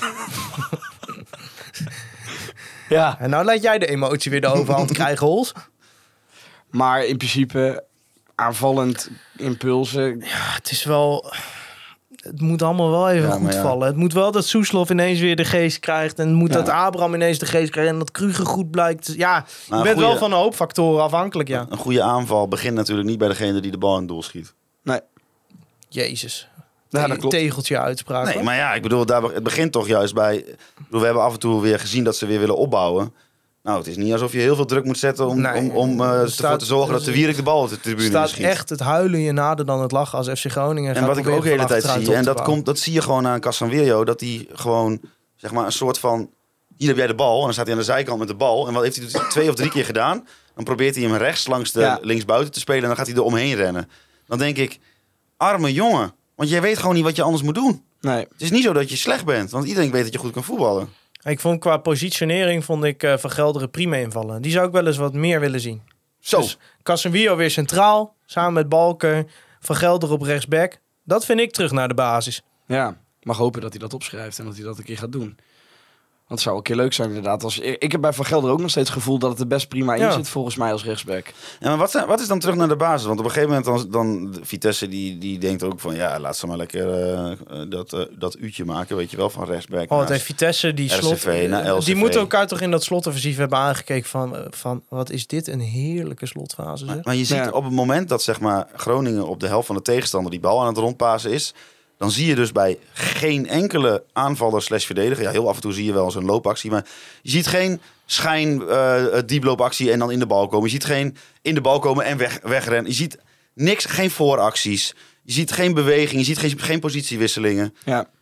Ja, En nou laat jij de emotie weer de overhand krijgen, Hols. maar in principe aanvallend impulsen. Ja, het is wel... Het moet allemaal wel even Ja, goed maar ja. vallen. Het moet wel dat Soeslof ineens weer de geest krijgt. En het moet Ja. dat Abraham ineens de geest krijgt. En dat Kruger goed blijkt. Ja, je Maar een bent wel goeie- van een hoop factoren afhankelijk, ja. Een goede aanval begint natuurlijk niet bij degene die de bal in het doel schiet. Nee, Jezus. ja, Te- dat klopt. Tegeltje uitspraak. Nee, hoor. maar ja, ik bedoel, daar, be- het begint toch juist bij... Ik bedoel, we hebben af en toe weer gezien dat ze weer willen opbouwen. Nou, het is niet alsof je heel veel druk moet zetten om, Nee. om, om uh, Er ervoor staat- te zorgen dat de Wierik de bal op de Er tribune staat schiet. echt het huilen je nader dan het lachen als F C Groningen. En gaat wat ik ook de proberen hele van tijd achteruit zie, op en te dat, bouwen. komt, dat zie je gewoon aan Casanverio, dat hij gewoon, zeg maar, een soort van... Hier heb jij de bal, en dan staat hij aan de zijkant met de bal. En wat heeft hij dus twee of drie keer gedaan? Dan probeert hij hem rechts langs de Ja. linksbuiten te spelen en dan gaat hij er omheen rennen. Dan denk ik, arme jongen, want jij weet gewoon niet wat je anders moet doen. Nee. Het is niet zo dat je slecht bent, want iedereen weet dat je goed kan voetballen. Ik vond qua positionering vond ik uh, Van Gelderen prima invallen. Die zou ik wel eens wat meer willen zien. Zo, Dus Casemiro weer centraal, samen met Balker. Van Gelderen op rechtsback. Dat vind ik terug naar de basis. Ja, ik mag hopen dat hij dat opschrijft en dat hij dat een keer gaat doen. Want het zou een keer leuk zijn inderdaad. Als, ik heb bij Van Gelder ook nog steeds het gevoel dat het er best prima in Ja. zit volgens mij als rechtsback. ja, maar wat, zijn, wat is dan terug naar de basis? Want op een gegeven moment dan, dan de Vitesse die, die denkt ook van ja, laat ze maar lekker uh, dat, uh, dat uurtje maken, weet je wel, van rechtsback. Oh, naar- het heeft Vitesse, die R C V slot... naar L C V. Die moeten elkaar toch in dat slotoffensief hebben aangekeken van, uh, van... Wat is dit een heerlijke slotfase, zeg. Maar, maar je ziet Ja. op het moment dat zeg maar, Groningen op de helft van de tegenstander die bal aan het rondpassen is, dan zie je dus bij geen enkele aanvaller slash verdediger, ja, heel af en toe zie je wel eens een loopactie, maar je ziet geen schijn uh, dieploopactie en dan in de bal komen. Je ziet geen in de bal komen en weg, wegrennen. Je ziet niks, geen vooracties. Je ziet geen beweging, je ziet geen, geen positiewisselingen. Ja.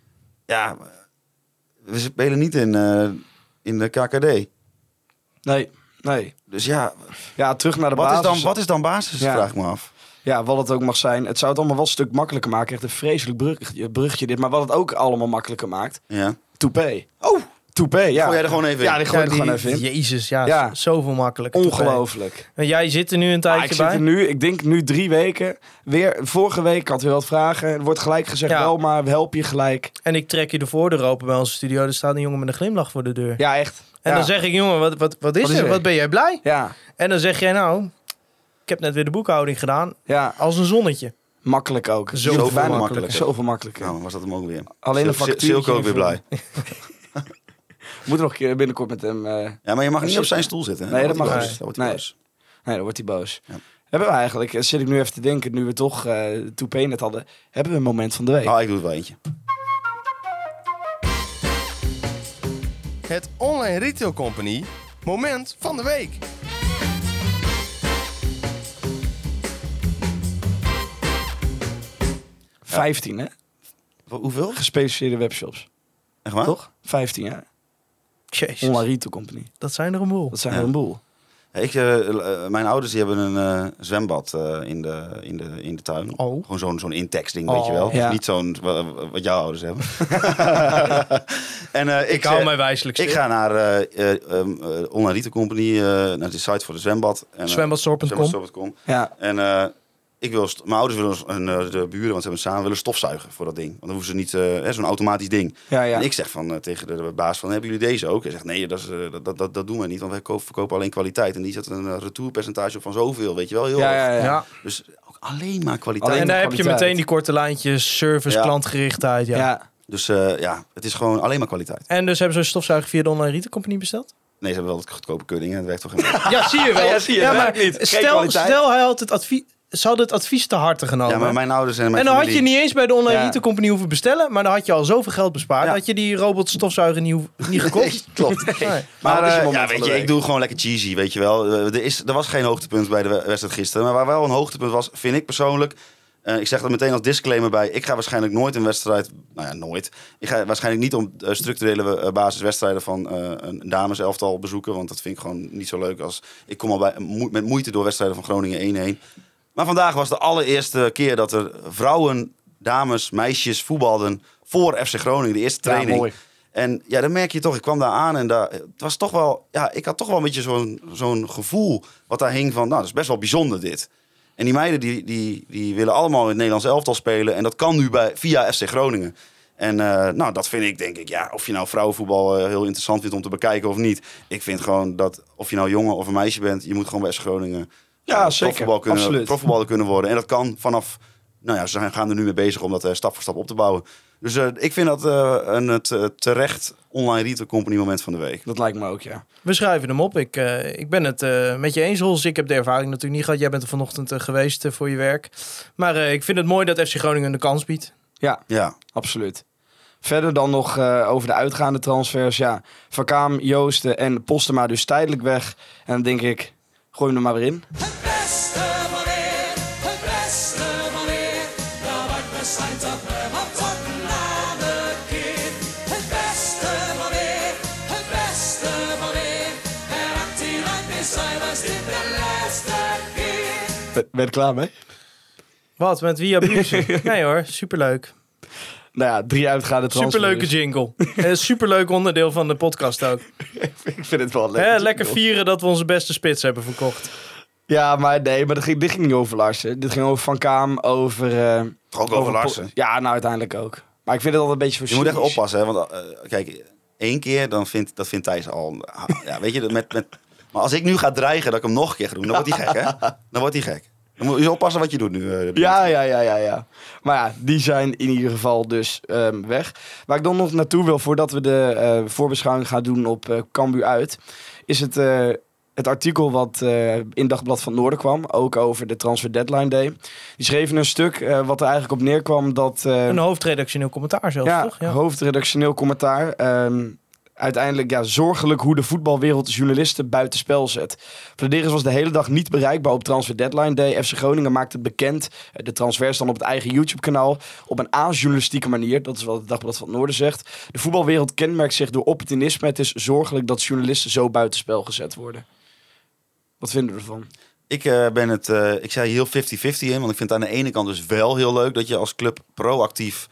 ja, we spelen niet in, uh, in de K K D. Nee, nee. Dus ja, Ja, terug naar de wat, basis. is dan, wat is dan basis, Ja. vraag ik me af. Ja, wat het ook mag zijn. Het zou het allemaal wel een stuk makkelijker maken. Echt een vreselijk brugje, brugje dit. Maar wat het ook allemaal makkelijker maakt. Ja. Toupé. Oh, Toupé, ja. Gooi jij er gewoon even in? Ja, die gooi Ja, er gewoon die- even in. Jezus, ja, Ja. zoveel makkelijker. Ongelooflijk. En jij zit er nu een Ah, tijdje ik zit bij. er nu, ik denk nu drie weken. Weer, vorige week had weer wat vragen. Er wordt gelijk gezegd, Ja. wel maar, we helpen je gelijk. En ik trek je de voordeur open bij onze studio. Er staat een jongen met een glimlach voor de deur. Ja, echt. En ja. dan zeg ik, jongen, wat, wat, wat is Wat is er? er? Wat ben jij blij? Ja, En dan zeg jij, nou, ik heb net weer de boekhouding gedaan. ja, Als een zonnetje. makkelijk ook. Zo Je hoeft veel weinig- makkelijker. Zoveel makkelijker. Nou, was dat hem ook weer. Alleen een Sil- factuurtje Silke ook weer invullen. blij. We moeten nog een keer binnenkort met hem... eh, Ja, maar je mag niet op Zit- zijn stoel zitten. hè? Nee, Dan dat wordt mag hij niet. boos. Dan wordt hij Nee. boos. Nee, dan wordt hij boos. Ja. Hebben we eigenlijk, eh, zit ik nu even te denken, nu we toch uh, Toupé net hadden, hebben we een moment van de week. Ah, ik doe het wel eentje. Het Online Retail Company moment van de week. vijftien, hè? Hoe- Hoeveel? Gespecialiseerde webshops. Echt waar? Toch? vijftien, ja. Jezus, Online Retail Company. dat zijn er een boel. Dat zijn Ja. er een boel. Ik, uh, uh, mijn ouders die hebben een uh, zwembad uh, in, de, in, de, in de tuin. Oh. Gewoon zo'n zo'n Intex ding, Oh. weet je wel. Ja. Niet zo'n wa- wat jouw ouders hebben. en, uh, ik, Ik hou zeg- mij wijselijk Ik stil. ga naar uh, uh, um, uh, Online Retail Company, uh, naar de site voor de zwembad. En, uh, Zwembadstore punt com. zwembadstore punt com. Ja. En uh, ik wil st- mijn ouders willen, en uh, de buren, want ze hebben samen, willen stofzuigen voor dat ding. Want dan hoeven ze niet, uh, zo'n automatisch ding. Ja, ja. En ik zeg van, uh, tegen de, de baas van, hebben jullie deze ook? Hij zegt, nee, dat, is, uh, dat, dat, dat doen we niet, want wij kopen, verkopen alleen kwaliteit. En die zet een uh, retourpercentage op van zoveel, weet je wel, heel Ja, hoog. ja, ja. Ja. Dus ook alleen maar kwaliteit. Alleen En daar heb je kwaliteit. meteen die korte lijntjes, service, Ja. klantgerichtheid. Ja. Ja. Dus uh, ja, het is gewoon alleen maar kwaliteit. En dus hebben ze een stofzuiger via de Online Retail Company besteld? Nee, ze hebben wel dat goedkope kudding, hè. Dat werkt toch helemaal. Ja, zie je wel. Ja, zie je, dat maar werkt niet. Geen Stel, kwaliteit. stel hij had het advies, ze hadden het advies te harte genomen. Ja, maar mijn ouders en mijn en dan had je familie- niet eens bij de Online Ja. Retail Company hoeven bestellen, maar dan had je al zoveel geld bespaard. Ja. Dat je die robot stofzuiger niet, hoef- niet gekocht. Nee, klopt. Nee. Maar, Maar wat is je eh, moment ja, van weet de je, week? ik doe gewoon lekker cheesy, weet je wel. Uh, er, is, er was geen hoogtepunt bij de we- wedstrijd gisteren. Maar waar wel een hoogtepunt was, vind ik persoonlijk... Uh, ik zeg dat meteen als disclaimer bij. Ik ga waarschijnlijk nooit een wedstrijd... Nou ja, nooit. Ik ga waarschijnlijk niet om uh, structurele uh, basiswedstrijden van uh, een dameselftal bezoeken. Want dat vind ik gewoon niet zo leuk. Als, ik kom al bij, mo- met moeite door wedstrijden van Groningen één een. Maar vandaag was de allereerste keer dat er vrouwen, dames, meisjes voetbalden voor F C Groningen. De eerste training. Ja, mooi. En ja, dan merk je toch, ik kwam daar aan en daar, het was toch wel, ja, ik had toch wel een beetje zo'n zo'n gevoel wat daar hing van, nou, dat is best wel bijzonder dit. En die meiden die, die, die willen allemaal in het Nederlands elftal spelen en dat kan nu bij, via F C Groningen. En uh, nou, dat vind ik, denk ik, ja, of je nou vrouwenvoetbal uh, heel interessant vindt om te bekijken of niet. Ik vind gewoon dat, of je nou jongen of een meisje bent, je moet gewoon bij F C Groningen Ja, uh, zeker. profvoetbal kunnen, Absoluut. profvoetballer kunnen worden. En dat kan vanaf, nou ja, ze zijn- gaan er nu mee bezig om dat uh, stap voor stap op te bouwen. Dus uh, ik vind dat uh, een uh, te- terecht Online Retail Company moment van de week. Dat lijkt me ook, ja. We schrijven hem op. Ik, uh, ik ben het uh, met je eens, Hols. Ik heb de ervaring natuurlijk niet gehad. Jij bent er vanochtend uh, geweest uh, voor je werk. Maar uh, ik vind het mooi dat F C Groningen de kans biedt. Ja, Ja, absoluut. Verder dan nog uh, over de uitgaande transfers. Ja, Van Kaam, Joosten en Postema dus tijdelijk weg. En dan denk ik, gooi hem er maar weer in. Het beste van weer, het beste van weer. Ja, wat we zijn dat we wat tot na de keer. Het beste van weer, het beste van weer. En achttien lang is zij was dit de laatste keer. Ben ben je er klaar mee? Wat, met Via Buurse? Nee hoor, superleuk. Nou ja, drie uitgaande transfers. Superleuke jingle. Uh, superleuk onderdeel van de podcast ook. Ik vind het wel leuk. Hè, lekker vieren dat we onze beste spits hebben verkocht. Ja, maar nee, maar dit ging, dit ging niet over Larsen. Dit ging over Van Kaam, over... uh, toch ook over Larsen. Po- Ja, nou uiteindelijk ook. Maar ik vind het altijd een beetje voor Je moet echt cynisch. oppassen, hè, want uh, kijk, één keer, dan vindt, dat vindt Thijs al... Ja, weet je, met, met, maar als ik nu ga dreigen dat ik hem nog een keer ga doen, dan wordt hij gek, hè? Dan wordt hij gek. Dan moet je oppassen wat je doet nu. Uh, Ja, ja, ja, ja, ja. Maar ja, die zijn in ieder geval dus um, weg. Waar ik dan nog naartoe wil, voordat we de uh, voorbeschouwing gaan doen op uh, Cambuur uit, is het, uh, het artikel wat uh, in Dagblad van het Noorden kwam, ook over de Transfer Deadline Day. Die schreven een stuk uh, wat er eigenlijk op neerkwam dat... Uh, Een hoofdredactioneel commentaar zelfs, ja, toch? Ja. hoofdredactioneel commentaar. Um, uiteindelijk ja, zorgelijk hoe de voetbalwereld de journalisten buitenspel zet. Flederis was de hele dag niet bereikbaar op Transfer Deadline Day. F C Groningen maakte het bekend. De transfers dan op het eigen YouTube-kanaal. Op een a-journalistieke manier. Dat is wat het Dagblad van het Noorden zegt. De voetbalwereld kenmerkt zich door opportunisme. Het is zorgelijk dat journalisten zo buitenspel gezet worden. Wat vinden we ervan? Ik uh, ben het, uh, ik zei heel vijftig vijftig in, want ik vind het aan de ene kant dus wel heel leuk dat je als club proactief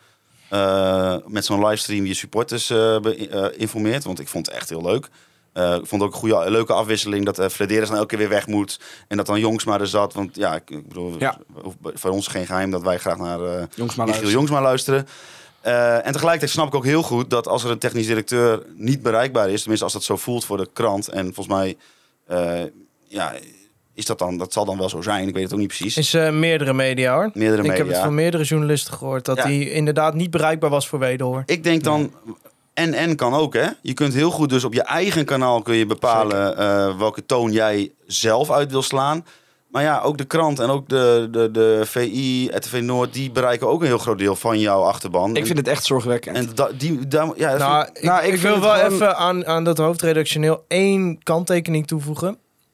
uh, met zo'n livestream je supporters uh, be, uh, informeert. Want ik vond het echt heel leuk. Uh, ik vond ook een goede, leuke afwisseling dat uh, Flederis dan elke keer weer weg moet en dat dan Jongsma er zat. Want ja, ik, ik bedoel, Ja. voor ons geen geheim dat wij graag naar uh, Jongsma Michiel luisteren. Jongsma luisteren. Uh, en tegelijkertijd snap ik ook heel goed dat als er een technisch directeur niet bereikbaar is, tenminste als dat zo voelt voor de krant, en volgens mij uh, ja, is dat dan, dat zal dan wel zo zijn, ik weet het ook niet precies. is uh, meerdere media hoor. Meerdere Ik media. heb het van meerdere journalisten gehoord dat Ja. hij inderdaad niet bereikbaar was voor Wederhoor. Ik denk dan, en en kan ook hè. Je kunt heel goed dus op je eigen kanaal kun je bepalen uh, welke toon jij zelf uit wil slaan. Maar ja, ook de krant en ook de, de, de V I, R T V Noord, die bereiken ook een heel groot deel van jouw achterban. Ik vind het echt zorgwekkend. En da, die, da, ja, dat Nou, vind- ik, Nou, ik ik vind wil het wel gewoon- even aan, aan dat hoofdredactioneel één kanttekening toevoegen.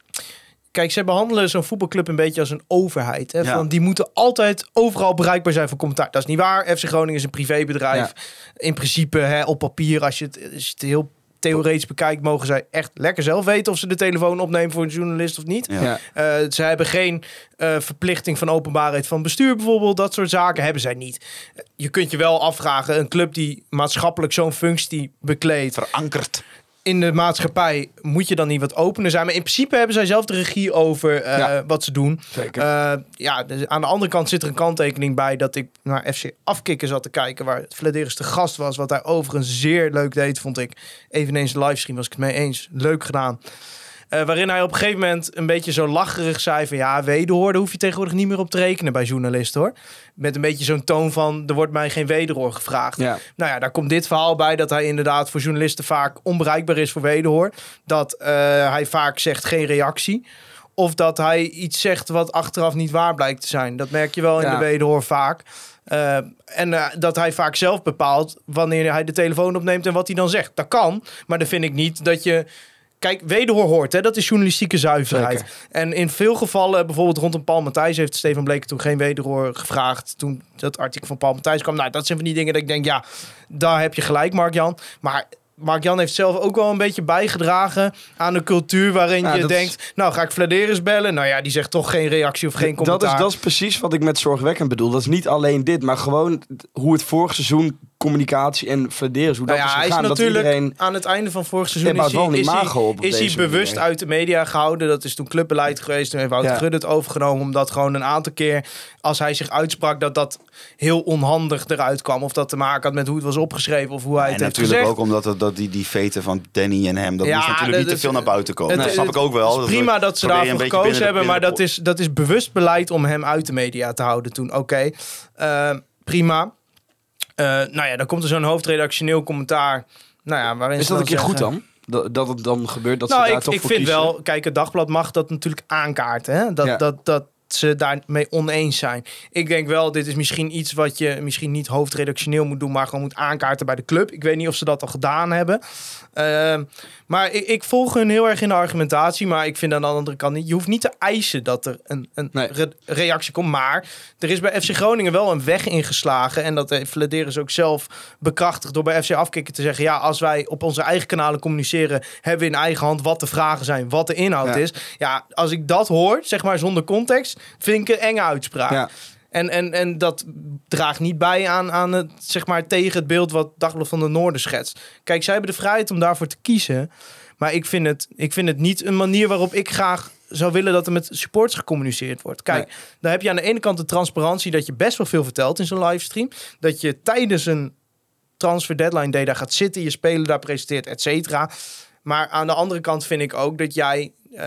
Kijk, zij behandelen zo'n voetbalclub een beetje als een overheid. Hè? Ja. Van, die moeten altijd overal bereikbaar zijn voor commentaar. Dat is niet waar. F C Groningen is een privébedrijf. Ja. In principe, hè, op papier, als je, het, als je het heel theoretisch bekijkt, mogen zij echt lekker zelf weten of ze de telefoon opnemen voor een journalist of niet. ja. Ja. Uh, ze hebben geen uh, verplichting van openbaarheid van bestuur bijvoorbeeld. Dat soort zaken hebben zij niet. Je kunt je wel afvragen, een club die maatschappelijk zo'n functie bekleedt Verankerd. in de maatschappij, moet je dan niet wat opener zijn. Maar in principe hebben zij zelf de regie over uh, Ja. wat ze doen. Zeker. Uh, ja, dus aan de andere kant zit er een kanttekening bij dat ik naar F C Afkikken zat te kijken, waar Flederis te gast was. Wat hij overigens zeer leuk deed, vond ik. Eveneens de livestream was ik het mee eens. Leuk gedaan. Uh, waarin hij op een gegeven moment een beetje zo lacherig zei van ja, wederhoor, daar hoef je tegenwoordig niet meer op te rekenen bij journalisten hoor. Met een beetje zo'n toon van, er wordt mij geen wederhoor gevraagd. Ja. Nou ja, daar komt dit verhaal bij dat hij inderdaad voor journalisten vaak onbereikbaar is voor wederhoor. Dat uh, hij vaak zegt geen reactie. Of dat hij iets zegt wat achteraf niet waar blijkt te zijn. Dat merk je wel in Ja. de wederhoor vaak. Uh, en uh, dat hij vaak zelf bepaalt wanneer hij de telefoon opneemt en wat hij dan zegt. Dat kan, maar dan vind ik niet dat je... Kijk, wederhoor hoort, hè? Dat is journalistieke zuiverheid. Zeker. En in veel gevallen, bijvoorbeeld rondom Paul Matthijs, heeft Stefan Bleker toen geen wederhoor gevraagd. Toen dat artikel van Paul Matthijs kwam. Nou, dat zijn van die dingen dat ik denk, ja, daar heb je gelijk, Mark-Jan. Maar Mark-Jan heeft zelf ook wel een beetje bijgedragen aan een cultuur waarin Ja, je dat denkt, is- nou ga ik Flederis bellen. Nou ja, die zegt toch geen reactie of geen dat, commentaar. is, dat is precies wat ik met zorgwekkend bedoel. Dat is niet alleen dit, maar gewoon hoe het vorig seizoen communicatie en Flederis, hoe Nou dat ja, is hij is gegaan. Dat natuurlijk iedereen... aan het einde van vorig seizoen Ja, maar is het wel hij, een is hij, imago op op is hij deze bewust manier. uit de media gehouden. Dat is toen clubbeleid geweest. Toen heeft Wouter Ja. Gudde het overgenomen. Omdat gewoon een aantal keer, als hij zich uitsprak, dat dat heel onhandig eruit kwam. Of dat te maken had met hoe het was opgeschreven of hoe hij En het heeft natuurlijk gezegd. ook omdat het, dat die, die veten van Danny en hem, dat Ja, moest natuurlijk niet dat te veel is- naar buiten komen. Het- dat snap ik ook wel. Het is prima dat ze probeer je daarvoor een beetje gekozen binnen de- hebben. Maar binnen dat de- is, dat is bewust beleid om hem uit de media te houden toen. Oké, eh, prima. Uh, nou ja, dan komt er zo'n hoofdredactioneel commentaar. Nou ja, waarin Is ze dat een keer zeggen- goed dan? Dat, dat het dan gebeurt dat nou, ze daar ik, toch ik voor vind kiezen? wel... Kijk, het Dagblad mag dat natuurlijk aankaarten. Hè? Dat, Ja. dat, dat ze daarmee oneens zijn. Ik denk wel, dit is misschien iets wat je misschien niet hoofdredactioneel moet doen, maar gewoon moet aankaarten bij de club. Ik weet niet of ze dat al gedaan hebben. Uh, maar ik, ik volg hun heel erg in de argumentatie, maar ik vind aan de andere kant niet... Je hoeft niet te eisen dat er een, een Nee. re- reactie komt, maar er is bij F C Groningen wel een weg ingeslagen en dat heeft Flederis ook zelf bekrachtigd door bij F C Afkikken te zeggen, ja, als wij op onze eigen kanalen communiceren, hebben we in eigen hand wat de vragen zijn, wat de inhoud Ja. is. Ja, als ik dat hoor, zeg maar zonder context, vind ik een enge uitspraak. Ja. En, en, en dat draagt niet bij aan, aan het, zeg maar, tegen het beeld wat Dagblad van de Noorden schetst. Kijk, zij hebben de vrijheid om daarvoor te kiezen. Maar ik vind het, ik vind het niet een manier waarop ik graag zou willen dat er met supporters gecommuniceerd wordt. Kijk, Nee. dan heb je aan de ene kant de transparantie dat je best wel veel vertelt in zo'n livestream. Dat je tijdens een transfer deadline day daar gaat zitten, je speler daar presenteert, et cetera. Maar aan de andere kant vind ik ook dat jij uh,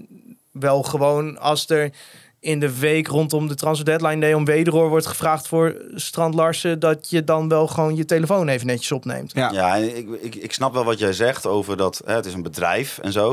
wel gewoon als er in de week rondom de transfer deadline day om wederhoor wordt gevraagd voor Strand Larsen, dat je dan wel gewoon je telefoon even netjes opneemt. Ja. Ja, en ik, ik, ik snap wel wat jij zegt over dat hè, het is een bedrijf en zo.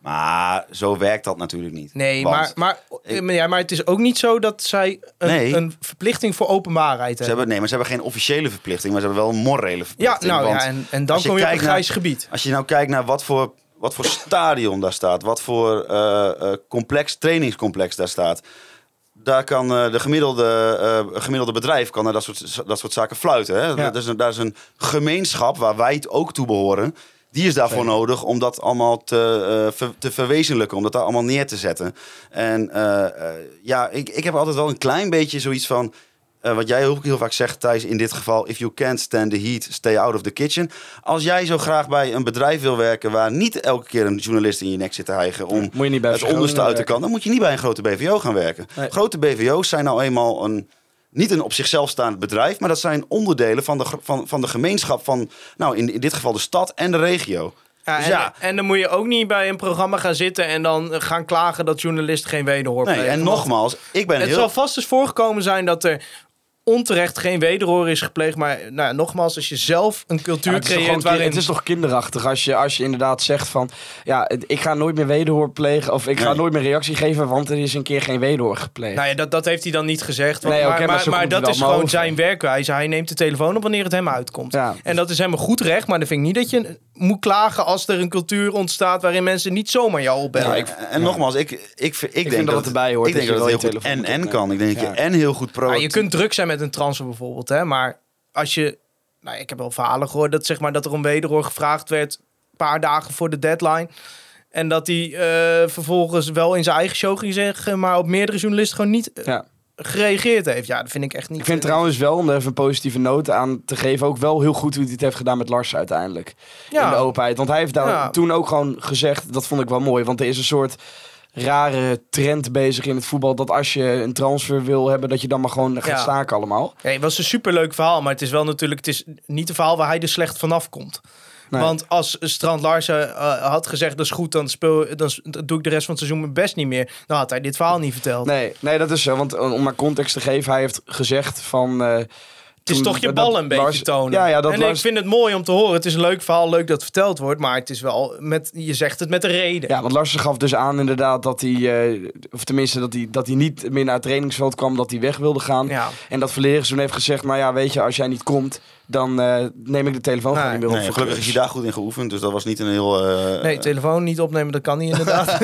Maar zo werkt dat natuurlijk niet. Nee, Want maar, maar, ik- ja, maar het is ook niet zo dat zij een, Nee. een verplichting voor openbaarheid Ze hebben. hebben, nee, maar ze hebben geen officiële verplichting, maar ze hebben wel een morele Ja, verplichting. nou Want ja, en, en dan als je kom je op een kijkt grijs naar- gebied. Als je nou kijkt naar wat voor, wat voor stadion daar staat, wat voor eh, eh, complex, trainingscomplex daar staat. Daar kan eh, de gemiddelde, eh, gemiddelde bedrijf kan naar dat soort, dat soort zaken fluiten. Hè? Ja. Dat is een, daar is een gemeenschap waar wij het ook toe behoren. Die is daarvoor Zeker. nodig om dat allemaal te, eh, ver- te verwezenlijken, om dat daar allemaal neer te zetten. En eh, eh, ja, ik, ik heb altijd wel een klein beetje zoiets van, uh, wat jij ook heel vaak zegt, Thijs, in dit geval, if you can't stand the heat, stay out of the kitchen. Als jij zo graag bij een bedrijf wil werken waar niet elke keer een journalist in je nek zit te hijgen om Moet je niet bij het F C Groningen onderste uit de werken. kant, dan moet je niet bij een grote B V O gaan werken. Nee. Grote B V O's zijn nou eenmaal een, niet een op zichzelf staand bedrijf, maar dat zijn onderdelen van de, ge- van, van de gemeenschap van, nou in, in dit geval de stad en de regio. Ja, Dus en, ja. en dan moet je ook niet bij een programma gaan zitten en dan gaan klagen dat journalisten geen wederhoor Nee, plegen. en Want nogmaals, ik ben het heel... zal vast eens voorgekomen zijn dat er onterecht geen wederhoor is gepleegd. Maar nou ja, nogmaals, als je zelf een cultuur Ja, het, is toch creëert gewoon ki- waarin... het is toch kinderachtig als je, als je inderdaad zegt van... Ja, het- ik ga nooit meer wederhoor plegen of ik ga Nee. nooit meer reactie geven... want er is een keer geen wederhoor gepleegd. Nou ja, dat, dat heeft hij dan niet gezegd. Want, Nee, oké, maar maar maar, zo maar komt het dat is allemaal gewoon over. zijn werkwijze. Hij neemt de telefoon op wanneer het hem uitkomt. Ja. En dat is helemaal goed recht. Maar dan vind ik niet dat je moet klagen als er een cultuur ontstaat... waarin mensen niet zomaar jou opbellen. Ja, ik, en nogmaals, ik, ik, ik, ik denk vind dat het erbij hoort Ik denk dat dat, je het wel heel je goed telefoon en moet en opnemen. kan. Ik denk dat Ja. je en heel goed Ja, proactief... je kunt druk zijn met een transfer bijvoorbeeld. Hè? Maar als je... Nou, ik heb wel verhalen gehoord dat, zeg maar, dat er om wederhoor gevraagd werd... een paar dagen voor de deadline... En dat hij eh, vervolgens wel in zijn eigen show ging zeggen... maar op meerdere journalisten gewoon niet eh, Ja. gereageerd heeft. Ja, dat vind ik echt niet... Ik vind trouwens wel, om er even een positieve noot aan te geven... ook wel heel goed hoe hij het heeft gedaan met Lars uiteindelijk. Ja. In de openheid. Want hij heeft daar Ja. toen ook gewoon gezegd... dat vond ik wel mooi, want er is een soort... rare trend bezig in het voetbal... dat als je een transfer wil hebben... dat je dan maar gewoon gaat Ja. staken allemaal. Ja, het was een superleuk verhaal, maar het is wel natuurlijk... het is niet een verhaal waar hij er slecht vanaf komt. Nee. Want als Strand Larsen uh, had gezegd... dat is goed, dan, speel, dan s- dan doe ik de rest van het seizoen mijn best niet meer... dan had hij dit verhaal niet verteld. Nee, nee, dat is zo. Want om maar context te geven... hij heeft gezegd van... eh, Het is toen- toch je dat ballen een beetje Lars- tonen. Ja, ja, dat en Lars- ik vind het mooi om te horen. Het is een leuk verhaal, leuk dat het verteld wordt. Maar het is wel met, je zegt het met een reden. Ja, want Larsen gaf dus aan inderdaad dat hij... eh, of tenminste dat hij, dat hij niet meer naar het trainingsveld kwam... dat hij weg wilde gaan. Ja. En dat Verlegens toen heeft gezegd... nou ja, weet je, als jij niet komt... dan eh, neem ik de telefoon Nee. gewoon niet meer op. Nee, voor gelukkig is clubs. hij daar goed in geoefend, dus dat was niet een heel... eh, Nee, telefoon niet opnemen, dat kan niet inderdaad.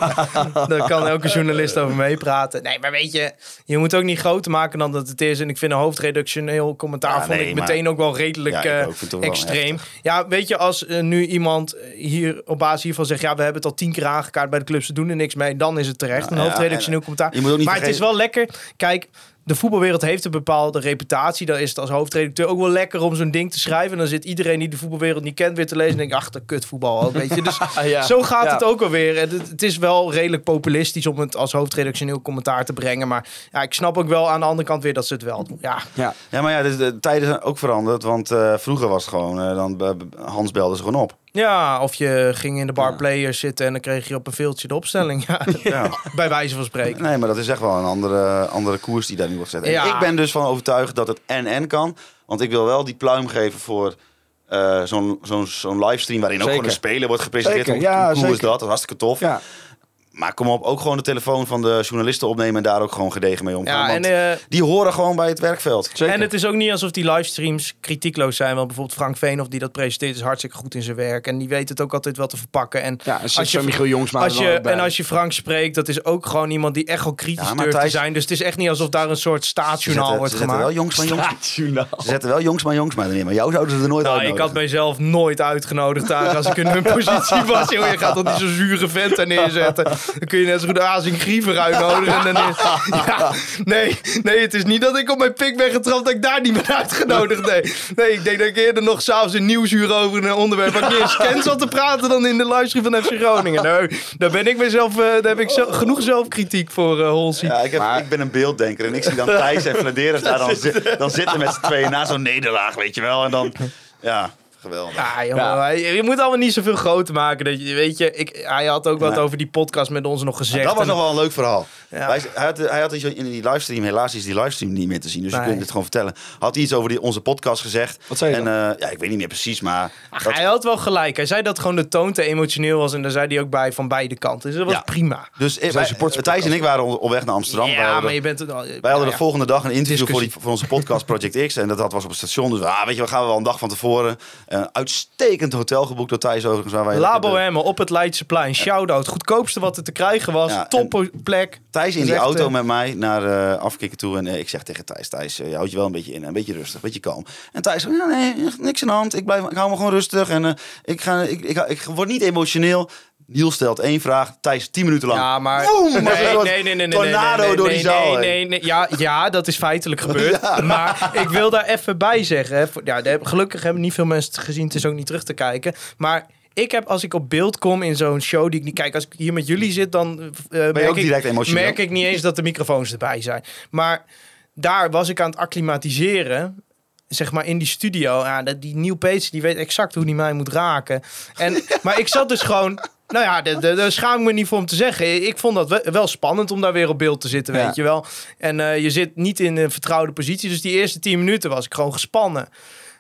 Daar kan elke journalist over meepraten. Nee, maar weet je, je moet ook niet groter maken dan dat het is. En ik vind een hoofdredactioneel commentaar Ja, vond nee, ik maar- meteen ook wel redelijk Ja, ik eh, ook, vind het toch wel extreem. Ja, weet je, als eh, nu iemand hier op basis hiervan zegt... ja, we hebben het al tien keer aangekaart bij de clubs, ze doen er niks mee... dan is het terecht, een Ja, hoofdredactioneel en- commentaar. je moet ook niet maar het is vergeten- wel lekker. Kijk... De voetbalwereld heeft een bepaalde reputatie. Dan is het als hoofdredacteur ook wel lekker om zo'n ding te schrijven. En dan zit iedereen die de voetbalwereld niet kent weer te lezen. En denkt, ach, dat kut voetbal ook, weet je. Dus Ja. zo gaat Ja. het ook alweer. Het, het is wel redelijk populistisch om het als hoofdredactioneel commentaar te brengen. Maar ja, ik snap ook wel aan de andere kant weer dat ze het wel doen. Ja, Ja. Ja, maar ja, dus de tijden zijn ook veranderd, want eh, vroeger was het gewoon... eh, dan eh, Hans belde ze gewoon op. ja, of je ging in de bar Ja. players zitten en dan kreeg je op een veeltje de opstelling. Ja, Ja. bij wijze van spreken. Nee, maar dat is echt wel een andere, andere koers die daar nu wordt gezet. En Ja. ik ben dus van overtuigd dat het en-en kan. Want ik wil wel die pluim geven voor eh, zo'n zo'n zo'n livestream... waarin ook Zeker. gewoon een speler wordt gepresenteerd. Zeker, Hoe ja, hoe cool is zeker. dat? Dat is hartstikke tof. Ja. Maar kom op, ook gewoon de telefoon van de journalisten opnemen... en daar ook gewoon gedegen mee omgaan. Ja, en, want eh, die horen gewoon bij het werkveld. Zeker. En het is ook niet alsof die livestreams kritiekloos zijn. Want bijvoorbeeld Frank Veenhoff die dat presenteert is hartstikke goed in zijn werk. En die weet het ook altijd wel te verpakken. En Ja, en als je, Michiel Jongsma als er dan je, ook bij. en als je Frank spreekt, dat is ook gewoon iemand die echt wel kritisch Ja, maar durft te Thijs- zijn. Dus het is echt niet alsof daar een soort Ze staatsjournaal zetten, wordt ze zetten gemaakt. wel jongs van jongs. Straatjournaal. Ze zetten wel jongs maar jongs maar erin. Maar jou zouden ze er nooit Nou, ik uitnodigen. had mijzelf nooit uitgenodigd daar als ik in hun positie was. Joh, je gaat toch niet zo'n zure vent daar neerzetten. Dan kun je net zo goed Azing Griever uitnodigen. En dan is, ja, nee, nee, het is niet dat ik op mijn pik ben getrapt dat ik daar niet ben uitgenodigd. Nee, nee ik denk dat ik eerder nog s'avonds een nieuwsuur over een onderwerp waar ik niet eens ken zat te praten dan in de livestream van F C Groningen. Nee, daar ben ik mezelf, uh, daar heb ik zo, genoeg zelfkritiek voor, uh, Holsie. Ja, ik, heb, ik ben een beelddenker en ik zie dan Thijs en Vladeris daar dan, zi- dan zitten met z'n tweeën na zo'n nederlaag, weet je wel. En dan, ja, geweldig. Ja, jongen, Ja. maar Je, je moet allemaal niet zoveel groter maken. Dat je, weet je, ik, hij had ook wat Ja. over die podcast met ons nog gezegd. Dat was en- nog wel een leuk verhaal. Ja. Wij, hij, had, hij had iets in die livestream, helaas is die livestream niet meer te zien, dus Nee. je kunt het gewoon vertellen. Had hij iets over die, onze podcast gezegd. Wat zei je En dan? eh, ja, ik weet niet meer precies, maar... Ach, dat- hij had wel gelijk. Hij zei dat gewoon de toon te emotioneel was. En daar zei hij ook bij van beide kanten. Dus dat was Ja. prima. dus eh, wij, supporters- Thijs en ik waren op op weg naar Amsterdam. Wij Ja, hadden- maar je bent... het al- Wij hadden ja, de volgende dag een interview voor, Discussie. die, voor onze podcast Project X. En dat, dat was op het station. Dus ah, weet je, we gaan wel een dag van tevoren. Een uitstekend hotel geboekt door Thijs overigens. Waar wij La de- Bohème op het Leidseplein. Shout-out. Goedkoopste wat er te krijgen was. Ja, Topplek. Thijs in Dat die is echt, auto eh, met mij naar uh, afkikken toe. En eh, ik zeg tegen Thijs, Thijs, uh, je houdt je wel een beetje in. Een beetje rustig, een beetje kalm. En Thijs zegt, ja, nee, niks aan de hand. Ik, blijf, ik hou me gewoon rustig. En uh, ik, ga, ik, ik, ik, ik word niet emotioneel. Niels stelt één vraag. Thijs tien minuten lang. Ja, maar... Boom, maar nee, zo'n nee, nee, nee, nee, tornado nee, nee, door nee, die zaal Nee, heen. nee, nee. Ja, ja, dat is feitelijk gebeurd. Maar ik wil daar even bij zeggen. Hè. Voor- Ja, daar heb- gelukkig hebben niet veel mensen het gezien. Het is ook niet terug te kijken. Maar... Ik heb, als ik op beeld kom in zo'n show die ik niet kijk, als ik hier met jullie zit, dan uh, merk, ook direct ik, emotioneel? merk ik niet eens dat de microfoons erbij zijn. Maar daar was ik aan het acclimatiseren, zeg maar in die studio. Ja, dat- die Neil Peets, die weet exact hoe die mij moet raken. En, maar ik zat dus gewoon... Nou ja, daar- daar daar schaam ik me niet voor om te zeggen. Ik vond dat we- wel spannend om daar weer op beeld te zitten, Ja. weet je wel. En uh, je zit niet in een vertrouwde positie. Dus die eerste tien minuten was ik gewoon gespannen.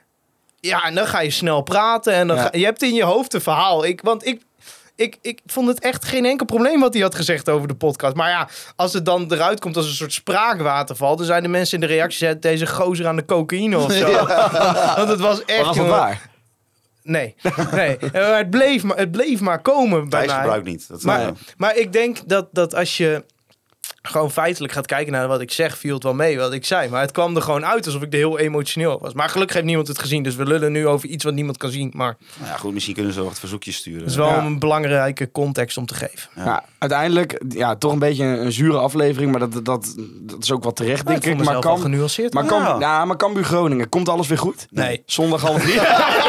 Ja, en dan ga je snel praten. En dan Ja. ga- je hebt in je hoofd een verhaal. Ik, want ik, ik, ik vond het echt geen enkel probleem wat hij had gezegd over de podcast. Maar ja, als het dan eruit komt als een soort spraakwaterval... dan zijn de mensen in de reacties... "Zet deze gozer aan de cocaïne of zo." Want het was echt... Was dat jongen, waar? Nee, nee. Eh, maar het, bleef maar, het bleef maar komen bij Thijs mij. gebruikt niet. Dat, Maar, eh, maar ik denk dat, dat als je gewoon feitelijk gaat kijken naar wat ik zeg, viel het wel mee wat ik zei. Maar het kwam er gewoon uit alsof ik er heel emotioneel was. Maar gelukkig heeft niemand het gezien. Dus we lullen nu over iets wat niemand kan zien. Maar nou ja, goed, misschien kunnen ze wat verzoekjes sturen. het is wel Ja. een belangrijke context om te geven. Ja. Ja, uiteindelijk, ja, toch een beetje een, een zure aflevering, maar dat, dat, dat is ook wel terecht, Maar denk ik ik. vond Maar mezelf al kan, genuanceerd. maar, Ja. kan, ja, maar Cambuur Groningen, komt alles weer goed? Nee. Zondag half drie?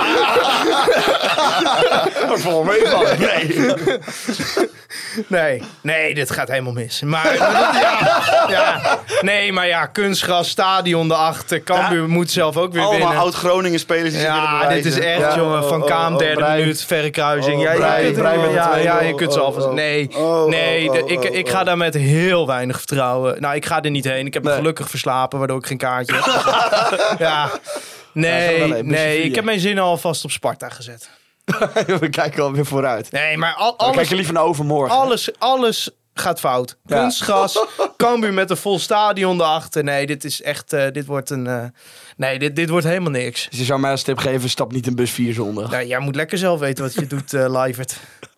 Ik vond wel meevallen. Nee. Nee, nee, dit gaat helemaal mis. Maar ja, ja, nee, maar ja, kunstgras, stadion erachter. Cambuur moet zelf ook weer Allemaal winnen. oud-Groningen spelers die zich willen Ja, bewijzen. dit is echt, Ja. jongen. Van Oh, Kaam, oh, oh, derde Brein. minuut, verre kruising. Oh, ja, je Brein, kunt het- Brein met de ja, tweede ja, je goal. kunt ze Oh, alvast... oh. Nee, Oh, nee oh, de- oh, ik, oh, ik oh. ga daar met heel weinig vertrouwen. Nou, ik ga er niet heen. Ik heb me Nee. gelukkig verslapen, waardoor ik geen kaartje heb. Ja, Ja, nee, ga wel heen, busje nee. vier. Ik heb mijn zinnen alvast op Sparta gezet. We kijken alweer vooruit. Nee, maar al, We alles, kijken liever naar overmorgen. alles, alles gaat fout. Ja. Kunstgras, Cambuur met een vol stadion erachter. Nee, dit is echt... eh, dit wordt een... eh, nee, dit, dit wordt helemaal niks. Dus je zou mij als tip geven, stap niet in bus vier zondag. Nou, jij moet lekker zelf weten wat je doet, eh Livert.